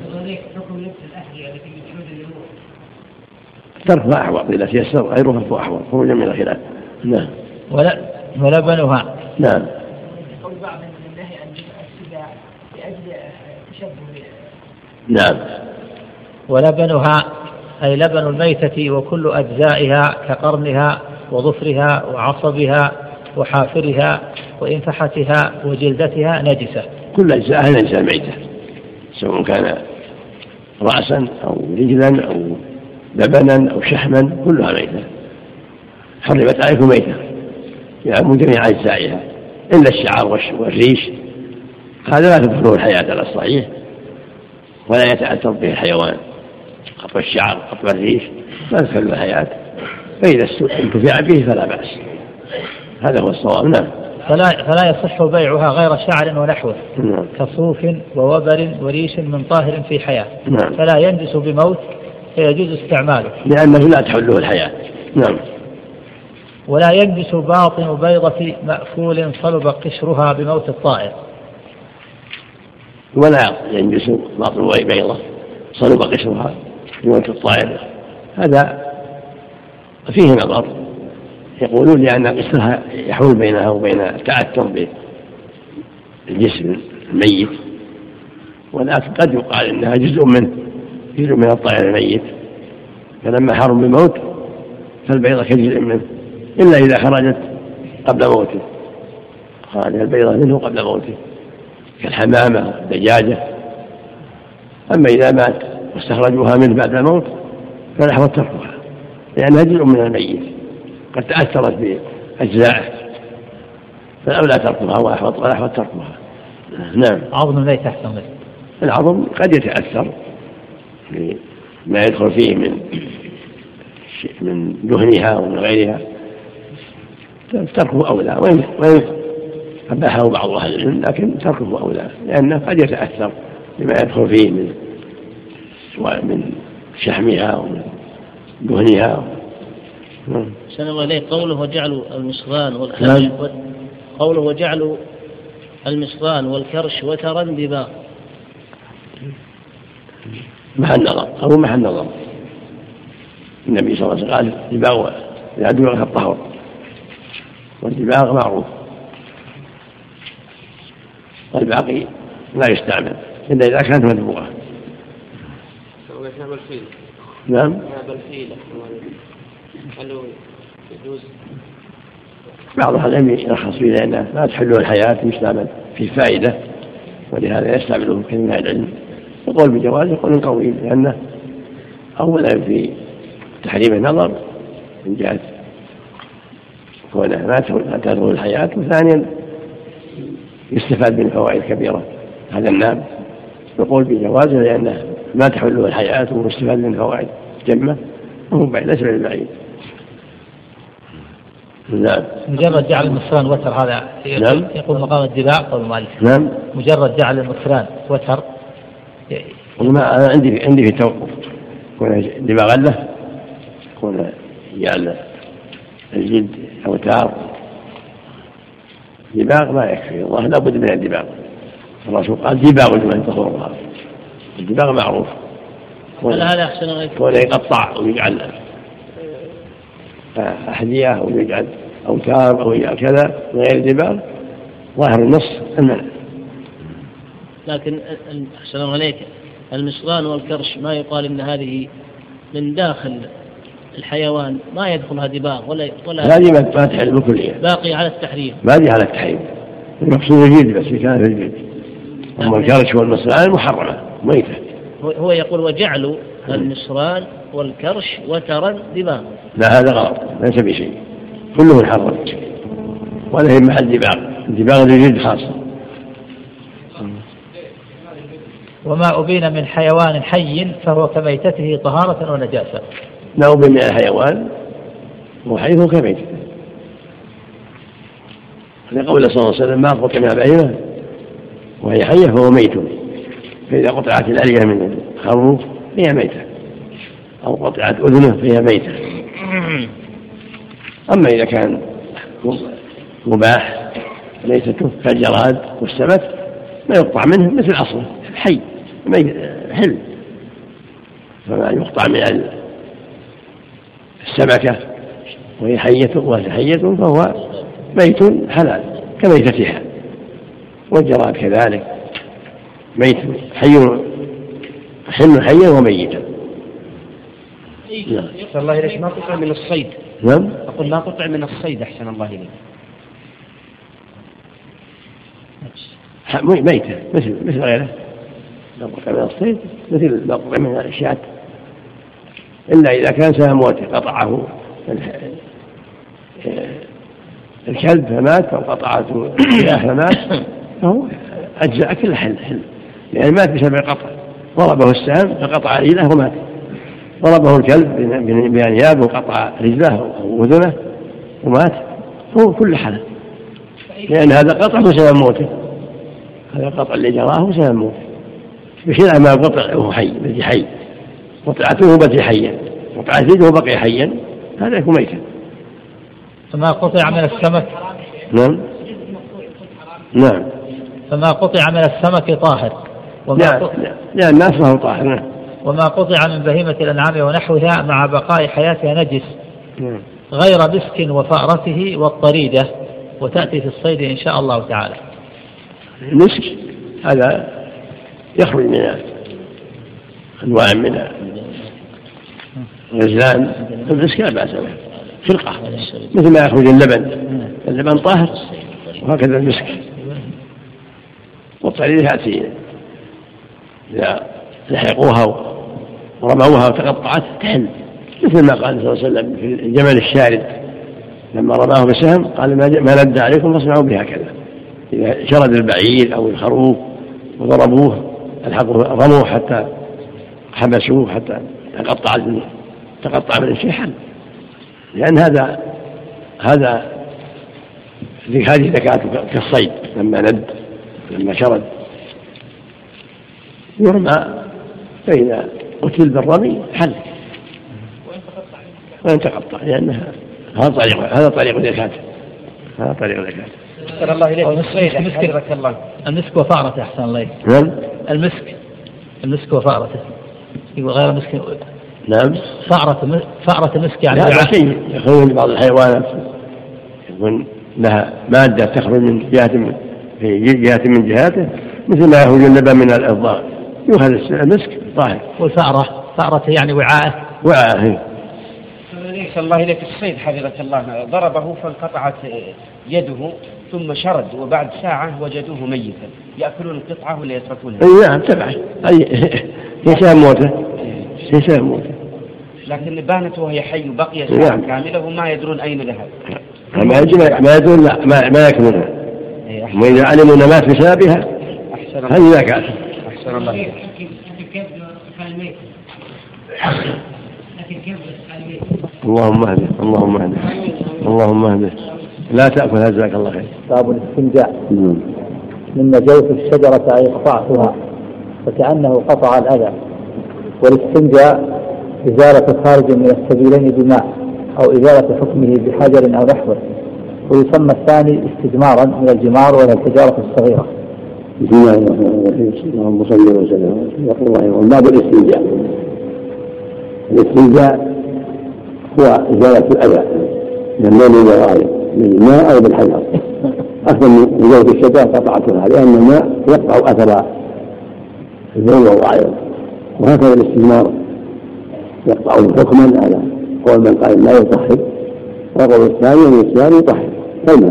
تركها أحوط إذا تيسر، غيرها فهو خروجا من الخلاف. نعم. ولا ولبنها. نعم. قول بعض النهي عن السباع لأجل تشبه. نعم. ولبنها أي لبن الميتة وكل أجزائها كقرنها وظفرها وعصبها وحافرها وإنفحتها وجلدتها نجسة. كل أجزائها نجسة الميتة، سواء كان رأسا أو رجلا أو لبنا أو شحما، كلها ميتة، حرمت عليكم ميتة يعني جميع أجزائها إلا الشعر والريش، هذا لا تدخله الحياة على الصحيح ولا يتأثر به الحيوان، قطع الشعر قطع الريش لا تدخل الحياة، فإذا انتفع به فلا بأس، هذا هو الصواب. نعم. فلا, فلا يصح بيعها غير شعر ونحوه. نعم. كصوف ووبر وريش من طاهر في حياة. نعم. فلا ينجس بموت فيجوز استعماله لأنه لا تحله الحياة. نعم. ولا ينجس باطن بيضة مأكول صلب قشرها بموت الطائر. ولا ينجس باطن بيضة صلب قشرها بموت الطائر، هذا فيه نظر، يقولون لأن قشرها يحول بينها وبين التأثر بالجسم الميت، ولكن قد يقال إنها جزء منه، جزء من الطائر الميت، فلما حرم بموت فالبيضة كجزء منه، إلا إذا خرجت قبل موته، خرج البيضة منه قبل موته كالحمامة والدجاجة. أما إذا مات واستخرجوها منه بعد الموت فالأحوط تركها، لأنها جزء من الميت قد تأثرت بأجزائه، فالأولى تركها والأحوط تركها. نعم. عظم الميت أحسن منه. العظم قد يتأثر بما يدخل فيه من من دهنها ومن غيرها، تركه أولى، وإن وإن أباحه بعض أهل العلم لكن تركه أولى، لأنه قد يتأثر بما يدخل فيه من سواء من شحمها ومن دهنها. سلام عليك. قوله وجعلوا المصغان والكرش و... قوله وجعلوا المصغان والكرش وترا دباغ، محل نظر أو محل نظر. النبي صلى الله عليه وسلم قال دباغ يدبغ الطهور، والدباغ معروف، والباقي لا يستعمل إلا إذا كانت مدبوغة. نعم. بعض العلماء يرخص فيه لأنه لا تحله الحياة، يستعمل في فائدة، ولهذا يستعمله كثير من العلم. يقول بجواز، يقول قوي، لأنه أولا في تحريم النظر من جهة كونه لا تدخل الحياة، وثانيا يستفاد من فوائد كبيرة هذا النام. يقول بجوازه لأنه ما تحله الحياة ويستفاد من فوائد جمة، وهو بعيد ليس بعيد. نعم. مجرد جعل المصران وتر هذا نعم. يقول مقام الدباغ قول المؤلف. نعم. مجرد جعل المصران وتر. ما أنا عندي عندي في توقف، يكون دباغ له، يكون جعل الجلد أوتار. دباغ ما يكفي، الله لا بد من الدباغ. الرسول قال دباغ لمن تخورها، الدباغ معروف. هذا أحسن غير كونه يقطع ويجعل أحذية أو يجعل أوتار أو يجعل كذا من غير دباغ، ظاهر النص المنع. لكن السلام عليك، المصغان والكرش ما يقال إن هذه من داخل الحيوان ما يدخلها دباغ ولا ولا هذه ما تحل بكلية، باقي على التحريم. باقي على التحريم، المقصود الجلد بس كان في الجلد. أما الكرش والمصران محرمة ميتة. هو يقول وجعلوا المصران والكرش وترا دباغ. لا هذا غلط، ليس بشيء، كله محرم ولا هي محل دباغ، الدباغ للجلد خاصة. وما أبين من حيوان حي فهو كميتته طهارة ونجاسة. ما أبين من الحيوان وحيه كميتته، لقول صلى الله عليه وسلم ما قطع من بهيمة وهي حية فهو ميت، فإذا قطعت الألية من خروف فهي ميتة، أو قطعت أذنه فهي ميتة. أما إذا كان مباح ميتته كالجراد والسمك ما يقطع منه مثل أصله حي حل، فما يقطع من السمكة وهي حية وهي حية فهو ميت حلال كميتتها، والجراد كذلك ميت حي حل حيا وميتا. أحسن الله إليك. ما قطع من الصيد؟ نعم أقول ما قطع من الصيد أحسن الله إليك. ميتة مثل مثل غيره، ما قطع من الصيد مثل ما قطع من الشاة، إلا إذا كان سهم قطعه الكلب فمات أو قطعته الإله فمات فهو أجزاء كل حل حل، يعني مات بسبب قطع، ضربه السهم فقطع رجله ومات، ضربه الكلب بأنياب وقطع رجله أو أذنه ومات، هو كل حل، لأن هذا قطع هو سبب موته، هذا القطع اللي جراه هو سبب موته، بخلاف ما قطع وهو حي بقي حي، قطعته بقي حيا، قطعت رجله بقي حيا، هذا يكون ميتا. فما قطع من السمك نعم نعم فما قطع من السمك طاهر. لا لا الناس له طاهر. نعم. وما قطع من بهيمة الأنعام ونحوها مع بقاء حياتها نجس نعم. غير مسك وفأرته والطريدة، وتأتي في الصيد إن شاء الله تعالى. المسك هذا يخرج من أنواع من غزلان، المسك لا بأس به فرقة مثل ما يخرج اللبن، اللبن طاهر وهكذا المسك. والطريدة يأتي إذا لحقوها ورموها وتقطعت تحل، مثل ما قال صلى الله عليه وسلم في الجمل الشارد لما رماه بسهم قال ما ندى عليكم فاصنعوا بهكذا. إذا شرد البعير أو الخروف وضربوه رموه حتى حبسوه حتى تقطع تقطع من الشيء حل، لأن هذا هذا هذه ذكاة كالصيد، لما ند لما شرد يرمى فإذا قتل بالرمي حل وإن تقطع، لأنها هذا طريق هذا طريق ذكاة هذا طريق ذكاة. أحسن الله إليك. المسك الله المسك وفأرته أحسن الله. نعم المسك المسك وفأرته يقول غير مسك. نعم فأرة فأرة المسك يعني لا شيء يخرج من بعض الحيوانات يكون لها مادة تخرج من جهة من في جهة من جهاته مثل ما يخرج اللبن من الإضاء، يؤخذ المسك طاهر. والفأرة فأرة يعني وعاء وعاء. أحسن الله إليك. الصيد حفظك الله ضربه فانقطعت يده ثم شرد وبعد ساعة وجدوه ميتا، يأكلون القطعة ولا يتركونها؟ أي نعم تبعه أي يسام موته يسام موته، لكن بانت وهي حي وبقي ساعة نعم. كاملة وما يدرون أين ذهب. ما يدرون ما يدرون لا ما, ما يأكلونها، وإذا علموا أن مات بسببها هل ذاك أحسن. أحسن الله إليك. اللهم اهده اللهم اهده اللهم اهده لا تأكل هزاك الله خير. باب الاستنجاء. من نجوت الشجرة أي قطعتها فكأنه قطع الأذى. والاستنجاء إزالة خارج من السبيلين بماء أو إزالة حكمه بحجر أو نحوه. ويسمى الثاني استجمارا من الجمار ولا الحجارة الصغيرة. بسم الله الرحمن الرحيم. اللهم صل وسلم. يقول الله يقول باب الاستنجاء. الاستنجاء هو إزالة الأذى من اللون والغائب بالماء أو بالحجر، أكثر من إزالة الشجرة قطعتها، لأن الماء يقطع أثر اللون والغائب، وهكذا الاستجمار يقطع حكما على قول من قال لا يطهر، وقول الثاني النسيان يطهر كالماء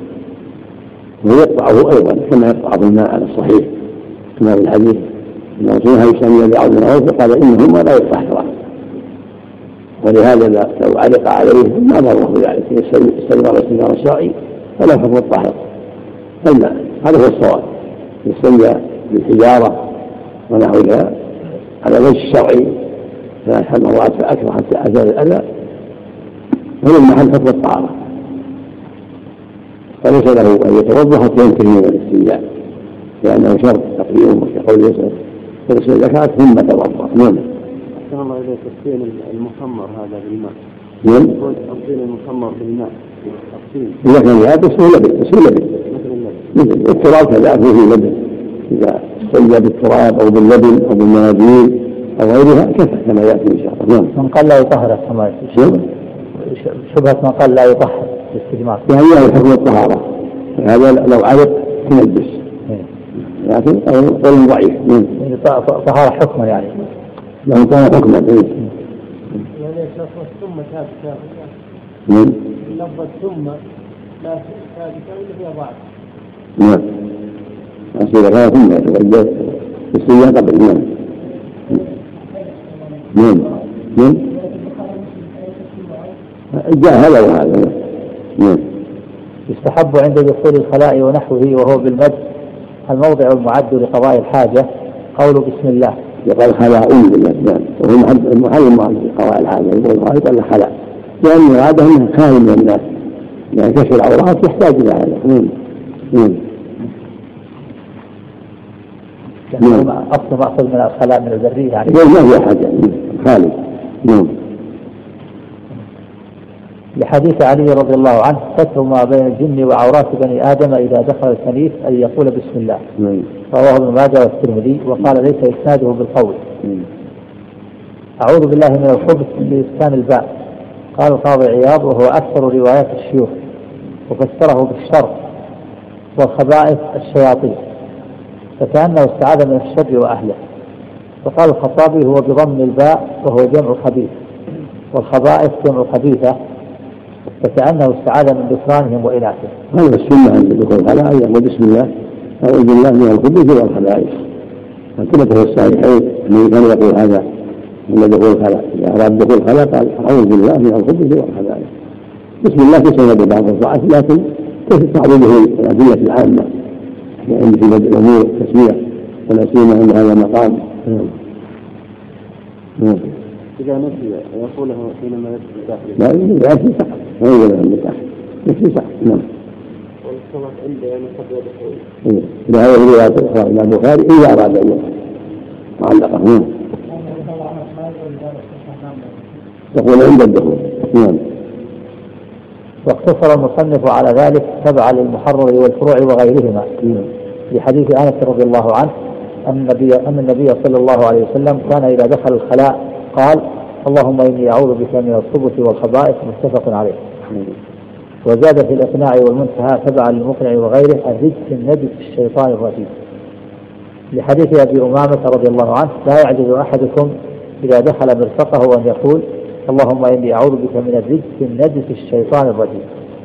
ويقطعه أيضا كما يقطع بالماء على الصحيح كما في الحديث أن رسول الله يسمي بعض من عوف قال إنهما لا يطهران، ولهذا لو علق عليه ما ضره ذلك استجمر استجمار الشرعي فلا حكم الطاهر الماء. هذا هو الصواب، يستنجى بالحجارة ونحوها على وجه الشرعي ثلاث مرات فأكثر حتى أزال الأذى، هنا المحل حكم الطهارة، فليس له أن يتوضأ حتى ينتهي من الاستنجاء لأنه شرط تقييم كقول يسأل فيغسل زكاة ثم توضأ. نعم. أحسن الله إليك الطين المخمر هذا بالماء. نعم. الطين المخمر بالماء. الطين. إذا كان يابس هو لبن، بس هو لبن. مثل التراب كذا فيه لبن، إذا استنجى بالتراب أو باللبن أو بالمناديل أو غيرها كفى كما يأتي إن شاء الله. نعم. من قال لا يطهر السماء. شبهة من قال لا يطهر باستجمار. يعني هي حكم الطهارة، هذا لو علق تنجس. لكن قول ضعيف. يعني طهارة حكما يعني. لو كان حكما. يعني لفظ ثم ثابتة. نعم. لفظ ثم لا ثابتة إلا فيها ضعف. نعم. أصير غير ثم يتوجه السياق قبل. نعم. نعم. نعم. جاء هذا وهذا. نعم. يستحب عند دخول الخلاء ونحوه وهو بالمد الموضع المعد لقضاء الحاجة قول بسم الله. يقال خلاء بالمد، وهو المحل المعد لقضاء الحاجة، يقول قال خلاء لأن مراده أنه خالي من الناس، يعني كشف العورات يحتاج إلى هذا. نعم. نعم. نعم. أصل مأخذ من الخلاء من الذرية يعني. ما هي حاجة خالي. نعم. لحديث علي رضي الله عنه ستر ما بين الجن وعورات بني آدم إذا دخل الكنيس أن يقول بسم الله. رواه ابن ماجه والترمذي وقال ليس إسناده بالقول. أعوذ بالله من الخبث بإسكان الباء. قال القاضي عياض وهو أكثر روايات الشيوخ وفسره بالشر والخبائث الشياطين فكأنه استعاذ من الشر وأهله. وقال الخطابي هو بضم الباء وهو جمع خبيث والخبائث جمع خبيثة فكأنه استعاذ من ذكرانهم وإناثهم. هذا السنة عند دخول الخلاء أن يقول بسم الله أعوذ بالله من الخبث والخبائث، ثبت في الصحيحين أنه كان يقول هذا عند دخول الخلاء، إذا أراد دخول الخلاء قال أعوذ بالله من الخبث والخبائث. بسم الله تسمى ببعض الضعف لكن تعرض به الأدلة العامة يعني في بدء الأمور التسمية ولا سيما عند هذا المقام. إذا نسي يقوله حينما يدخل داخل. لا يأتي صح، ما يقول له متاح، يأتي صح. نعم. والصلاة عنده يعني قبل الدخول. إذا هذا الروايات الأخرى إلى البخاري إذا أراد أن معلقة. نعم. تقول عند الدخول. نعم. واقتصر المصنف على ذلك تبعا للمحرر والفروع وغيرهما. نعم. في حديث أنس رضي الله عنه أن النبي أن النبي صلى الله عليه وسلم كان إذا دخل الخلاء قال اللهم إني أعوذ بك من الخبث والخبائث متفق عليه. وزاد في الإقناع والمنتهى تبعا للمقنع وغيره الرجس النجس الشيطان الرجيم لحديث أبي أمامة رضي الله عنه لا يعجز أحدكم إذا دخل مرفقه أن يقول اللهم إني أعوذ بك من الرجس النجس الشيطان الرجيم.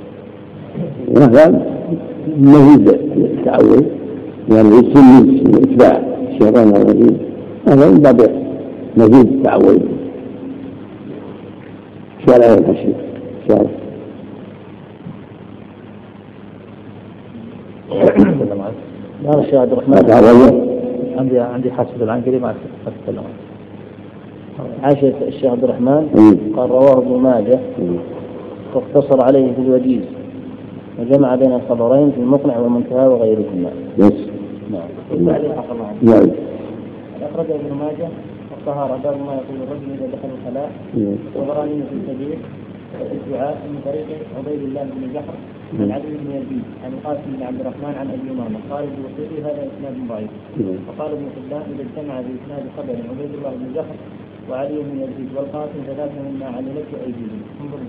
هذا مزيد التعوذ يعني الرجس من إتباع الشيطان الرجيم، هذا من باب مزيد التعوذ. سؤال عن الحشي سؤال. لا الشيخ عبد الرحمن عندي عندي حاسب العنقري ما أتكلم. عائشة الشيخ عبد الرحمن قال رواه ابن ماجه واقتصر عليه في الوجيز وجمع بين الخبرين في المقنع والمنتهى وغيرهما. يس. نعم. نعم. أخرج ابن ماجه الطهارة باب ما يقول الرجل إذا دخل الخلاء وبراني في الكبير الدعاء من طريق عبيد الله بن جحر عن عدي بن يزيد عن القاسم بن عبد الرحمن عن أبي أمامة قال الوصيلي هذا إسناد ضعيف. وقال ابن حبان إذا اجتمع بإسناد خبر عبيد الله بن جحر وعلي بن يزيد والقاسم ثلاثة مما علمت أيديهم. انظر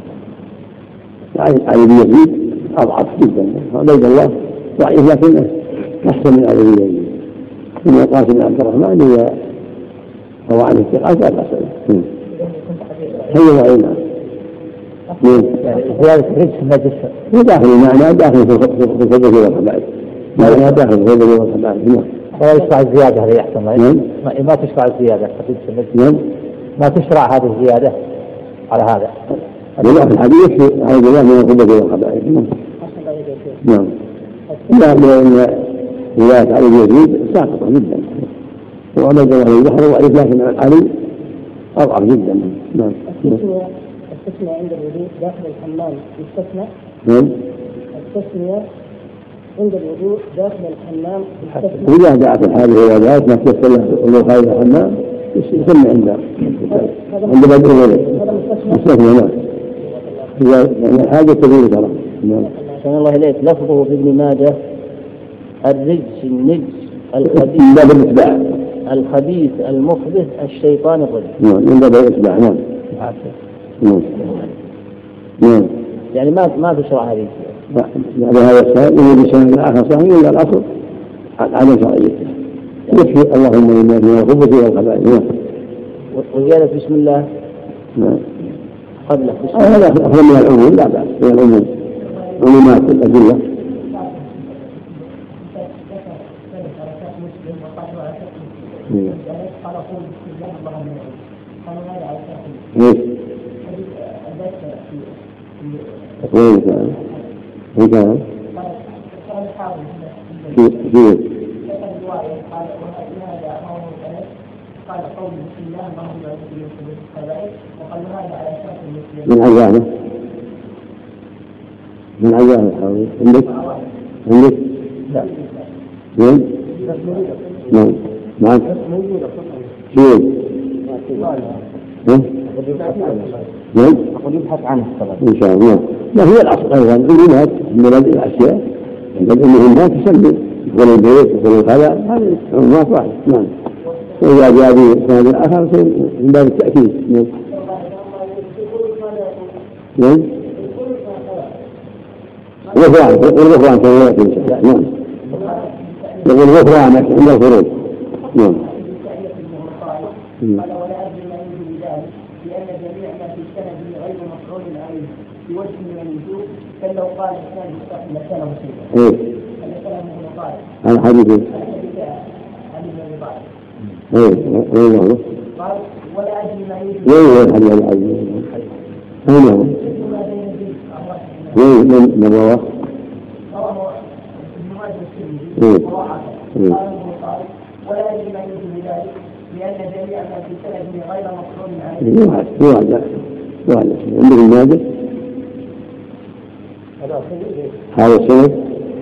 يعني علي بن يزيد أضعف جدا، عبيد الله ضعيف لكنه أحسن من علي بن يزيد. ثم القاسم بن عبد الرحمن هو روى عن الثقات لا بأس به. هي وعينا يعني زيادة رجس النجس هو داخل المعنى داخل في الخبث والخبائث معنى داخل في الخبث والخبائث ولا يشرع الزيادة هذه أحسن ما ما تشرع الزيادة في رجس النجس ما تشرع هذه الزيادة على هذا لا في الحديث هذا جزاء من الخبث والخبائث نعم لا لأن رواية علي يزيد ساقطة جدا وعمل جواه البحر وعرف لكن علي أضعف جدا نعم التسمية عند الوضوء داخل الحمام يستثنى نعم التسمية عند الوضوء داخل الحمام يستثنى وإذا جاءت الحاجة إلى ذلك ما تستثنى ولو خارج الحمام يسمى عند عند بدء الوضوء يستثنى نعم إذا الحاجة تدور ترى نعم أحسن الله إليك لفظه في ابن ماجه الرجس النجس الخبيث الخبيث المخبث الشيطان الرجيم نعم من باب الإتباع نعم نعم نعم يعني ما ما تشرع هذه بعد هذا السؤال إنه بسنة الآخر صحيح إلا الأصل عدم شرعيته يكفي اللهم إنا من الخبث والخبائث نعم وزيادة بسم الله نعم قبله هذا أفضل من العموم لا بأس من العموم عمومات الأدلة ايش؟ وين كان؟ وين كان؟ في في من عيانه من عيانه حاول عندك عندك لا وين؟ نعم معك شيء نعم أقول يبحث عنه إن شاء الله لا هي الأصل أيضا العلومات من مبادئ الأشياء بل المهمات تسمي يدخل البيت يدخل الخلاء هذه علومات واحدة نعم وإذا جاء بسند آخر من باب التأكيد نعم نعم غفران والغفران كما يأتي إن شاء الله نعم يقول غفرانك عند الخروج نعم قال ولا أدري ما يجب بذلك لأن جميع ما في السند غير مفعول عليه في وجه من الوجوه بل لو قال الإنسان بالصحيح لكان مصيبا. إيه. الكلام ابن طالب. هذا حديث. علي بن أبي طالب. إيه وين هو؟ قال ولا أدري ما يجب. وين هو الحديث العزيز؟ وين هو؟ وين من من رواه؟ رواه ابن ماجه الترمذي. إيه. قال ابن طالب ولا أدري ما يجب بذلك. لأن جميع ما في السند غير مفعول عليه. واحد واحد واحد عندك المادة هذا السند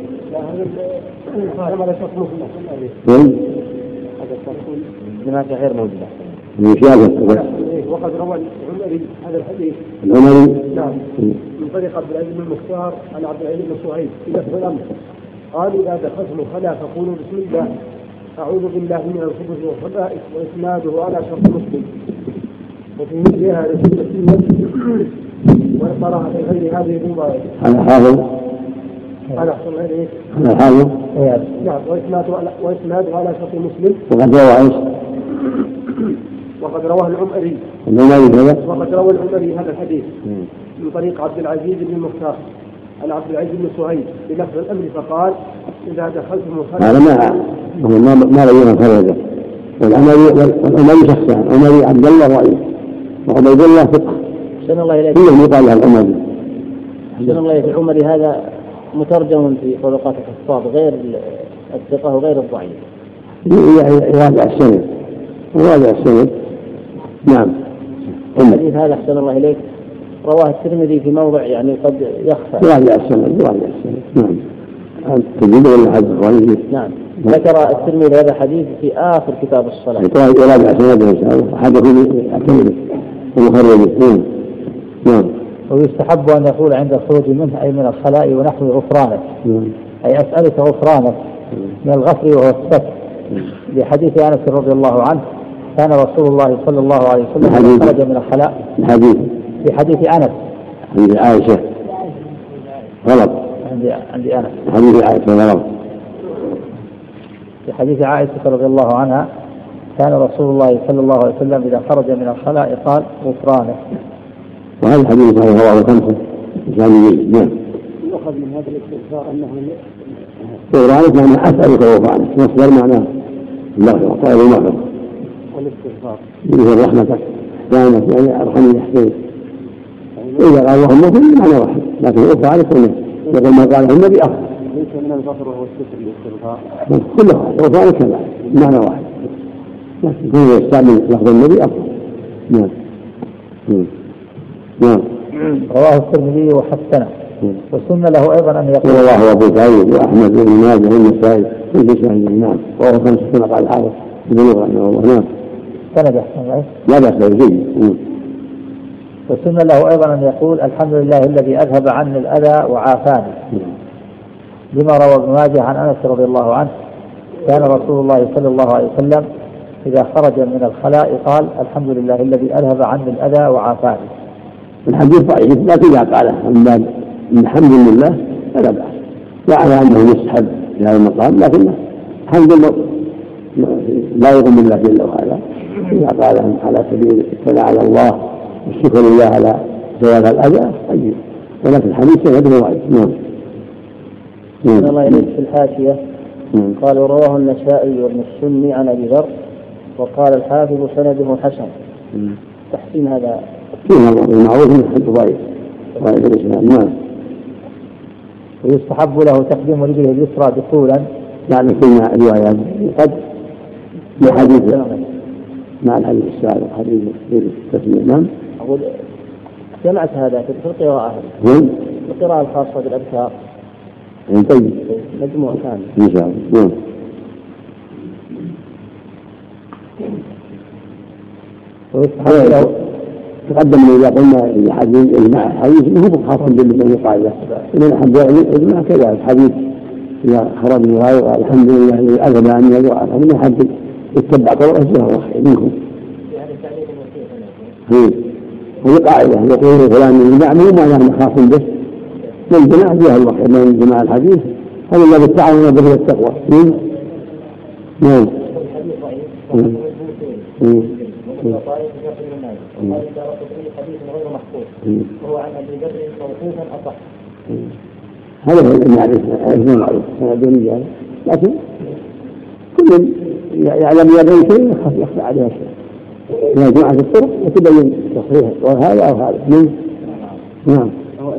وين؟ لماذا غير موجودة؟ مشابه وقد روى العمري هذا الحديث العمري نعم من طريق عبد العزيز بن المختار عن عبد العزيز بن صهيب في لفظ الأمر قال إذا دخلتم الخلاء فقولوا بسم الله أعوذ بالله من الخبث والخبائث وإسناده على شرط مسلم وفي مثل هذا السنة وصراحة غير هذه الرواية على حافظ على أحسن عليه على حافظ نعم وإسناده على شرط مسلم وقد روى ايش؟ وقد رواه العمري العمري هذا وقد روى العمري هذا الحديث من طريق عبد العزيز بن المختار عن عبد العزيز بن صهيب بلفظ الأمر فقال إذا دخلتم الخلاء هذا ما ما ما بين خرجه والعمري والعمري شخصان العمري عبد الله رئيس وعبيد الله فقه أحسن الله إليك كلهم يقال له العمري أحسن الله إليك العمري هذا مترجم في طبقات الحفاظ غير الثقة وغير الضعيف يراجع السند يراجع السند نعم الحديث هذا أحسن الله إليك رواه الترمذي في موضع يعني قد يخفى يراجع السند يراجع السند نعم تجد ولا حد ضعيف نعم ذكر الترمذي هذا حديث في آخر كتاب الصلاة يراجع سنده إن شاء الله حدث الترمذي المخرج نعم نعم ويستحب أن يقول عند الخروج منه أي من الخلاء ونحو غفرانك أي أسألك غفرانك من الغفر وهو الستر لحديث أنس رضي الله عنه كان رسول الله صلى الله عليه وسلم خرج من الخلاء الحديث في حديث أنس حديث عائشة غلط عندي عندي أنس حديث عائشة غلط في حديث عائشة رضي الله عنها كان رسول الله صلى الله عليه وسلم إذا خرج من الخلاء قال غفرانك وهذا الحديث صحيح رواه الخمسة الإسلاميين. نعم. يؤخذ من هذا الاستغفار أنه غفرانك معناه أسألك غفرانك، مصدر معناه المغفرة، طلب المغفرة والاستغفار يظهر رحمتك إحسانك، يعني أرحمني إحسانك. إذا قال اللهم اغفر لي معنى واحد، لكن غفرانك هنا يقول ما قاله النبي أفضل. ليس من الغفر وهو الستر بالاستغفار. كله غفرانك كذا معنى واحد، لكن كل يستعمل لفظ النبي أفضل. نعم. نعم. رواه الترمذي وحسنه. وسن له أيضا أن يقول الله وأبو داود وأحمد بن ماجه والنسائي في شاهد. نعم. وهو خمسة كما قال الحافظ بلغة أنه الله. نعم. سند أحسن لا بأس به جيد. وسن له أيضا أن يقول الحمد لله الذي أذهب عني الأذى وعافاني، لما روى ابن ماجه عن أنس رضي الله عنه كان رسول الله صلى الله عليه وسلم إذا خرج من الخلاء قال الحمد لله الذي أذهب عني الأذى وعافاني. الحديث ضعيف، لكن إذا قاله من باب الحمد لله فلا بأس، لا على أنه يسحب في هذا المقام، لكن الحمد لله لا يقوم إلا جل وعلا إذا قال على سبيل الثناء على الله والشكر لله على زوال الأذى طيب، ولكن الحديث سنده ضعيف. نعم. الله يريد في الحاشية قالوا رواه النسائي وابن السني عن أبي ذر، وقال الحافظ سنده حسن. تحسين هذا فيها المعروف من حد ضعيف ضعيف الإسلام. نعم. ويستحب له تقديم رجله اليسرى دخولا، يعني كنا روايات قد لحديث مع الحديث السابق حديث التسمية. نعم. أقول جمعت هذا في القراءة القراءة الخاصة بالأذكار. طيب. مجموع كامل. إن شاء الله. نعم. ويستحب له تقدم إذا قلنا الحديث المع حديث هو خاص بالقاعدة، إن الحمد لله كذا الحديث إذا خرج من غير الحمد لله الذي أذهب عني الأذى وعافاني، من حد يتبع طرقه فهو خير منكم. هذه قاعدة يقول فلان الجماع مو معناه خاص به، من الجماع فيها الوحي من جماع الحديث هذا الذي التعاون به التقوى. نعم. وهو عن أبي بكر موقوفا أصح. هذا هو اللي نعرف اسمه معروف دونيا، لكن كل يعلم يدين شيء يخفى عليها شيء. إذا جمعت الطرق وتبين تصحيح وهذا أو هذا. نعم.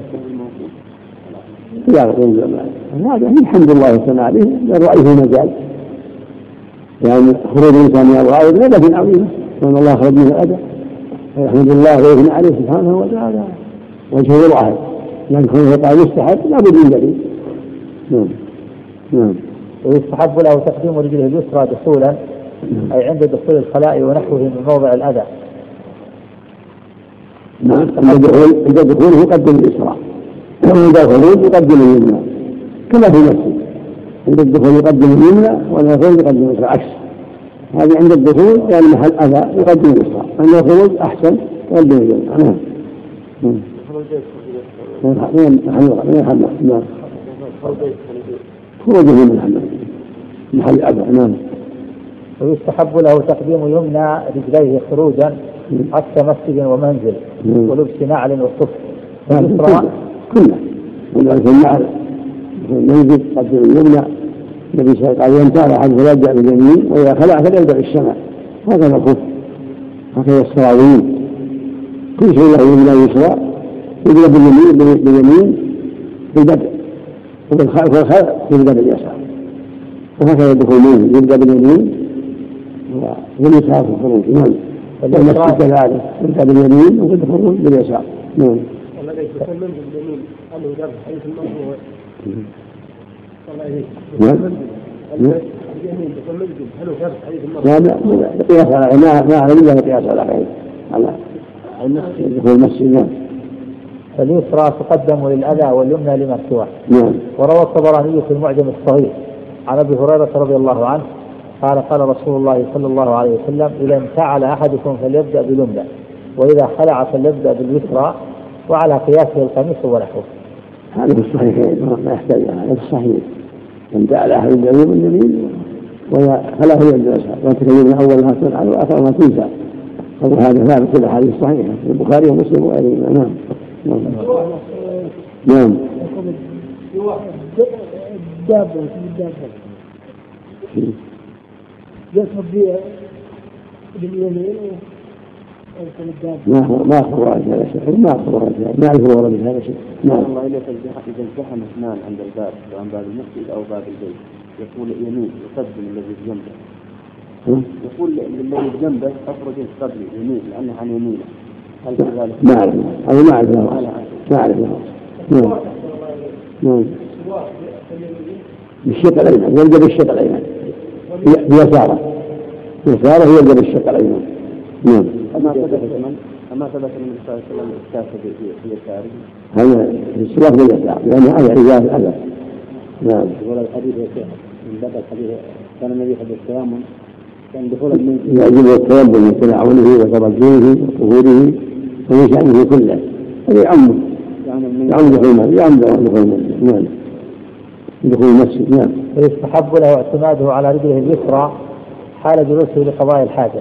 لا يقول هذا الحمد لله والثناء عليه للرأي في مجال، يعني خروج الإنسان من الغائب نعمة عظيمة، وأن الله خرج من الأذى الحمد لله ويثنى عليه سبحانه وتعالى وجهه الواحد، لأن كونه قال يستحب لا بد من دليل. نعم. نعم. ويستحب له تقديم رجله اليسرى دخولا، أي عند دخول الخلاء ونحوه من موضع الأذى. نعم. عند دخوله يقدم اليسرى، وعند الخروج يقدم اليمنى، كما في نفسه عند الدخول يقدم اليمنى وعند الخروج يقدم اليسرى عكس. هذه عند الدخول يعني محل أذى يقدم اليسرى، عند الخروج أحسن يقدم اليمنى. نعم. من محل نعم خروجه من محل محل أذى. نعم. ويستحب له تقديم يمنى رجليه خروجا عكس مسجد ومنزل ولبس نعل وصف. كله ولبس النعل المنزل قدم اليمنى. النبي صلى الله عليه وسلم قال أحد فليبدأ باليمين وإذا خلع فليبدأ بالشمال، هكذا الخف هكذا السراويل كل شيء له يمنى يسرى، يبدأ باليمين باليمين بالبدء وبالخلع يبدأ باليسار، وهكذا الدخول منه يبدأ باليمين واليسار في الخروج. نعم. والمسجد كذلك يبدأ باليمين والخروج باليسار. نعم. والذي يكون منزل باليمين هل هو جاب حديث المرفوع؟ لا لا لا قياس على ما ما على إلا قياس على غيره على دخول المسجد. اليسرى تقدم للأذى واليمنى لما سواه. نعم. وروى الطبراني في المعجم الصغير عن أبي هريرة رضي الله عنه قال قال رسول الله صلى الله عليه وسلم إذا انتعل أحدكم فليبدأ باليمنى وإذا خلع فليبدأ باليسرى، وعلى قياسه القميص ونحوه. هذا في الصحيح ما يحتاج هذا في الصحيح انتعل أحد اليمين باليمين وخلع فليبدأ باليسار، وتكلم أول ما تفعل وآخر ما تنسى وهذا ثابت في الأحاديث الصحيحة في البخاري ومسلم وغيرهما. نعم نعم نعم الدابة الدابة يصب فيها باليمين ويصب الدابة ما ما أخبر عن هذا شيء ما أخبر عن هذا ما أعرف ورد هذا شيء. نعم الله إليك إذا التحم اثنان عند الباب سواء باب المسجد أو باب البيت يقول يمين يقدم الذي بجنبه يقول للذي بجنبه أخرج قبلي يمين لأنه عن يمينه هل كذلك؟ ما أعرف أو ما أعرف ما أعرف نعم نعم بالشق الأيمن يلقى بالشق الأيمن بيساره يساره يلقى بالشق الأيمن. نعم أما ثبت من أما ثبت من صلى الله عليه وسلم الكافة في يساره هذا السواق باليسار لأنه هذا عجاز أبد. نعم ولا الحديث من بدأ الحديث كان النبي حديث التيمم كان دخول من يعجبه التيمم من تناوله وترجله وطهوره ومن شأنه كله هذا يعم يعم دخول المسجد يعم دخول المسجد. نعم دخول المسجد. نعم ويستحب له اعتماده على رجله اليسرى حال جلوسه لقضاء الحاجة.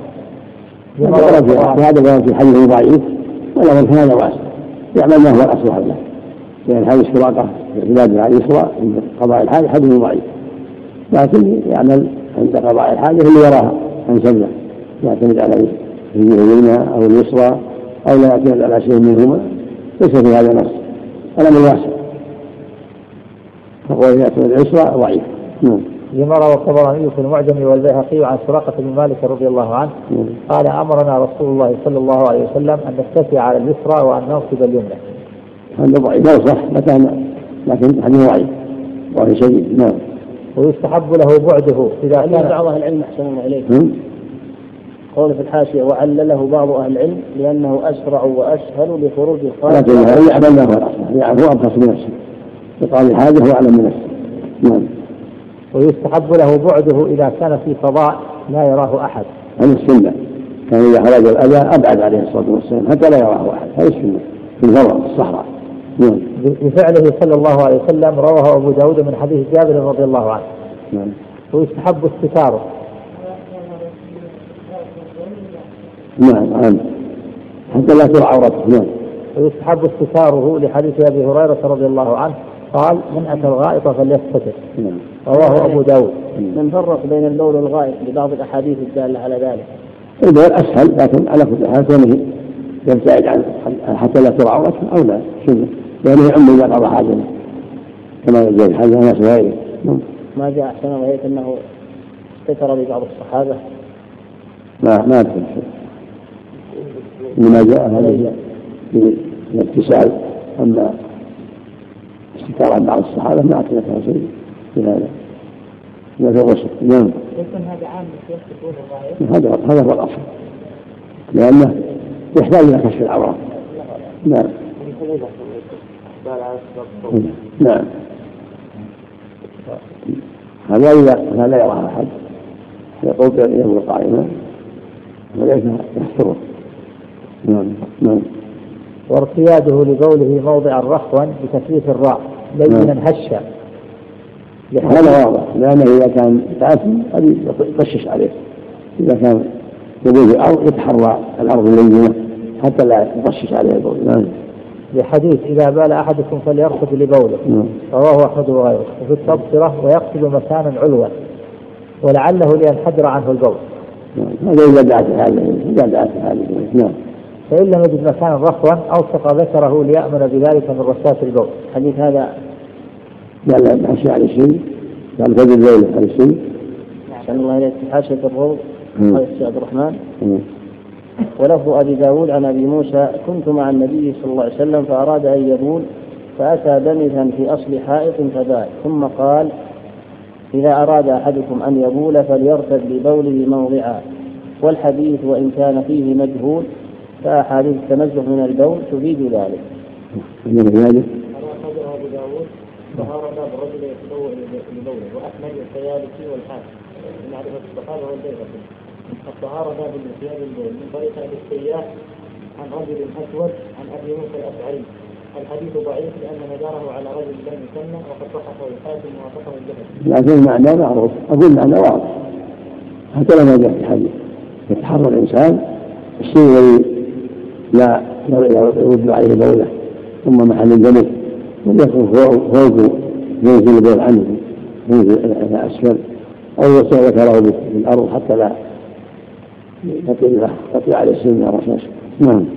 هذا في حديث ضعيف ولا من هذا واسع يعمل ما هو الأصلح له لأن هذه الشراطة اعتماد على اليسرى عند قضاء الحاجة حديث ضعيف لكن يعمل عند قضاء الحاجة اللي يراها أنسب له يعتمد على اليمنى أو اليسرى أو لا يعتمد على شيء منهما ليس في هذا نص الأمر واسع فقول يعتمد اليسرى ضعيف. نعم لما روى الطبراني في المعجم والبيهقي عن سراقة بن مالك رضي الله عنه قال أمرنا رسول الله صلى الله عليه وسلم أن نتكئ على اليسرى وأن ننصب اليمنى. هذا ضعيف لا صح لكن لكن حديث ضعيف ضعيف شديد. نعم ويستحب له بعده إذا كان بعض أهل العلم أحسن عليه قول في الحاشية وعلله بعض أهل العلم لأنه أسرع وأسهل لخروج الخارج. لكن هذا يعمل له الأصلح يعني هو أبخص من نفسه يقال الحاجة هو أعلم من نفسه. نعم ويستحب له بعده إذا كان في فضاء لا يراه أحد. هذا السنة كان إذا خرج الأذى أبعد عليه الصلاة والسلام حتى لا يراه أحد هذا السنة في الفضاء في الصحراء. نعم بفعله صلى الله عليه وسلم رواه أبو داود من حديث جابر رضي الله عنه. نعم ويستحب استتاره. نعم نعم حتى لا ترى عورته. نعم ويستحب استتاره لحديث أبي هريرة رضي الله عنه قال من أتى الغائط فليستتر. نعم رواه أبو داود. من فرق بين البول والغائط ببعض الأحاديث الدالة على ذلك. البول أسهل لكن على كل حال كونه يبتعد عن حتى لا ترى عورته أو لا سنة لأنه يعم إذا قضى حاجة كما يجب حاجة الناس غيره. ما جاء أحسن رأيت أنه استتر ببعض الصحابة. لا ما أدري شيء إنما جاء هذا الاتساع أما استتار عن بعض الصحابة ما أعتقد شيء في هذا لا في الغسل. نعم هذا عام يكون هذا هذا هو الأصل لأنه يحتاج إلى كشف العورات. نعم نعم هذا إذا لا يرى أحد يقول يقول قائما وليس يستره. نعم نعم وارتياده لبوله موضع رخوا بتثليث الراء لينا هشا. هذا واضح لأنه إذا كان تعسم قد يقشش عليه إذا كان يبوز أو يتحرى الأرض اللينة حتى لا يقشش عليه البول. نعم لحديث إذا بال أحدكم فليرقد لبوله رواه أحمد وغيره. وفي التبصرة ويقصد مكانا علوا ولعله لينحدر عنه البول. هذا إذا دعت هذا إذا دعت هذا. نعم فإن لم يجد مكانا رخوا أوثق ذكره ليأمن بذلك من رشاة البول. حديث هذا لا لا ماشي على شيء كان فجر الليل على شيء. أحسن الله إليك حاشية الروض قال الشيخ عبد الرحمن ولفظ أبي داود عن أبي موسى كنت مع النبي صلى الله عليه وسلم فأراد أن يبول فأتى بمثا في أصل حائط فبال ثم قال إذا أراد أحدكم أن يبول فليرتد لبوله موضعا. والحديث وإن كان فيه مجهول فأحاديث التنزه من البول تفيد ذلك. أبو داود طهارة باب الرجل يتبول لبوله وأحمد والطيالسي والحاكم معرفة الصحابة والبيهقي. الطهارة باب ثياب البول من طريق أبي السياح عن رجل أسود عن أبي موسى الأشعري. الحديث ضعيف لأن مداره على رجل لم يسمى وقد صححه الحاكم ووافقه الذهبي. لكن المعنى معروف أقول معنى واضح حتى لما جاء في الحديث يتحرى الإنسان الشيء الذي لا يرد عليه بوله ثم محل الجنب وليكن فوق ينزل البول عنه ينزل إلى أسفل أو يوسع ذكره بالأرض حتى لا يطيع على السن والرشاش. نعم.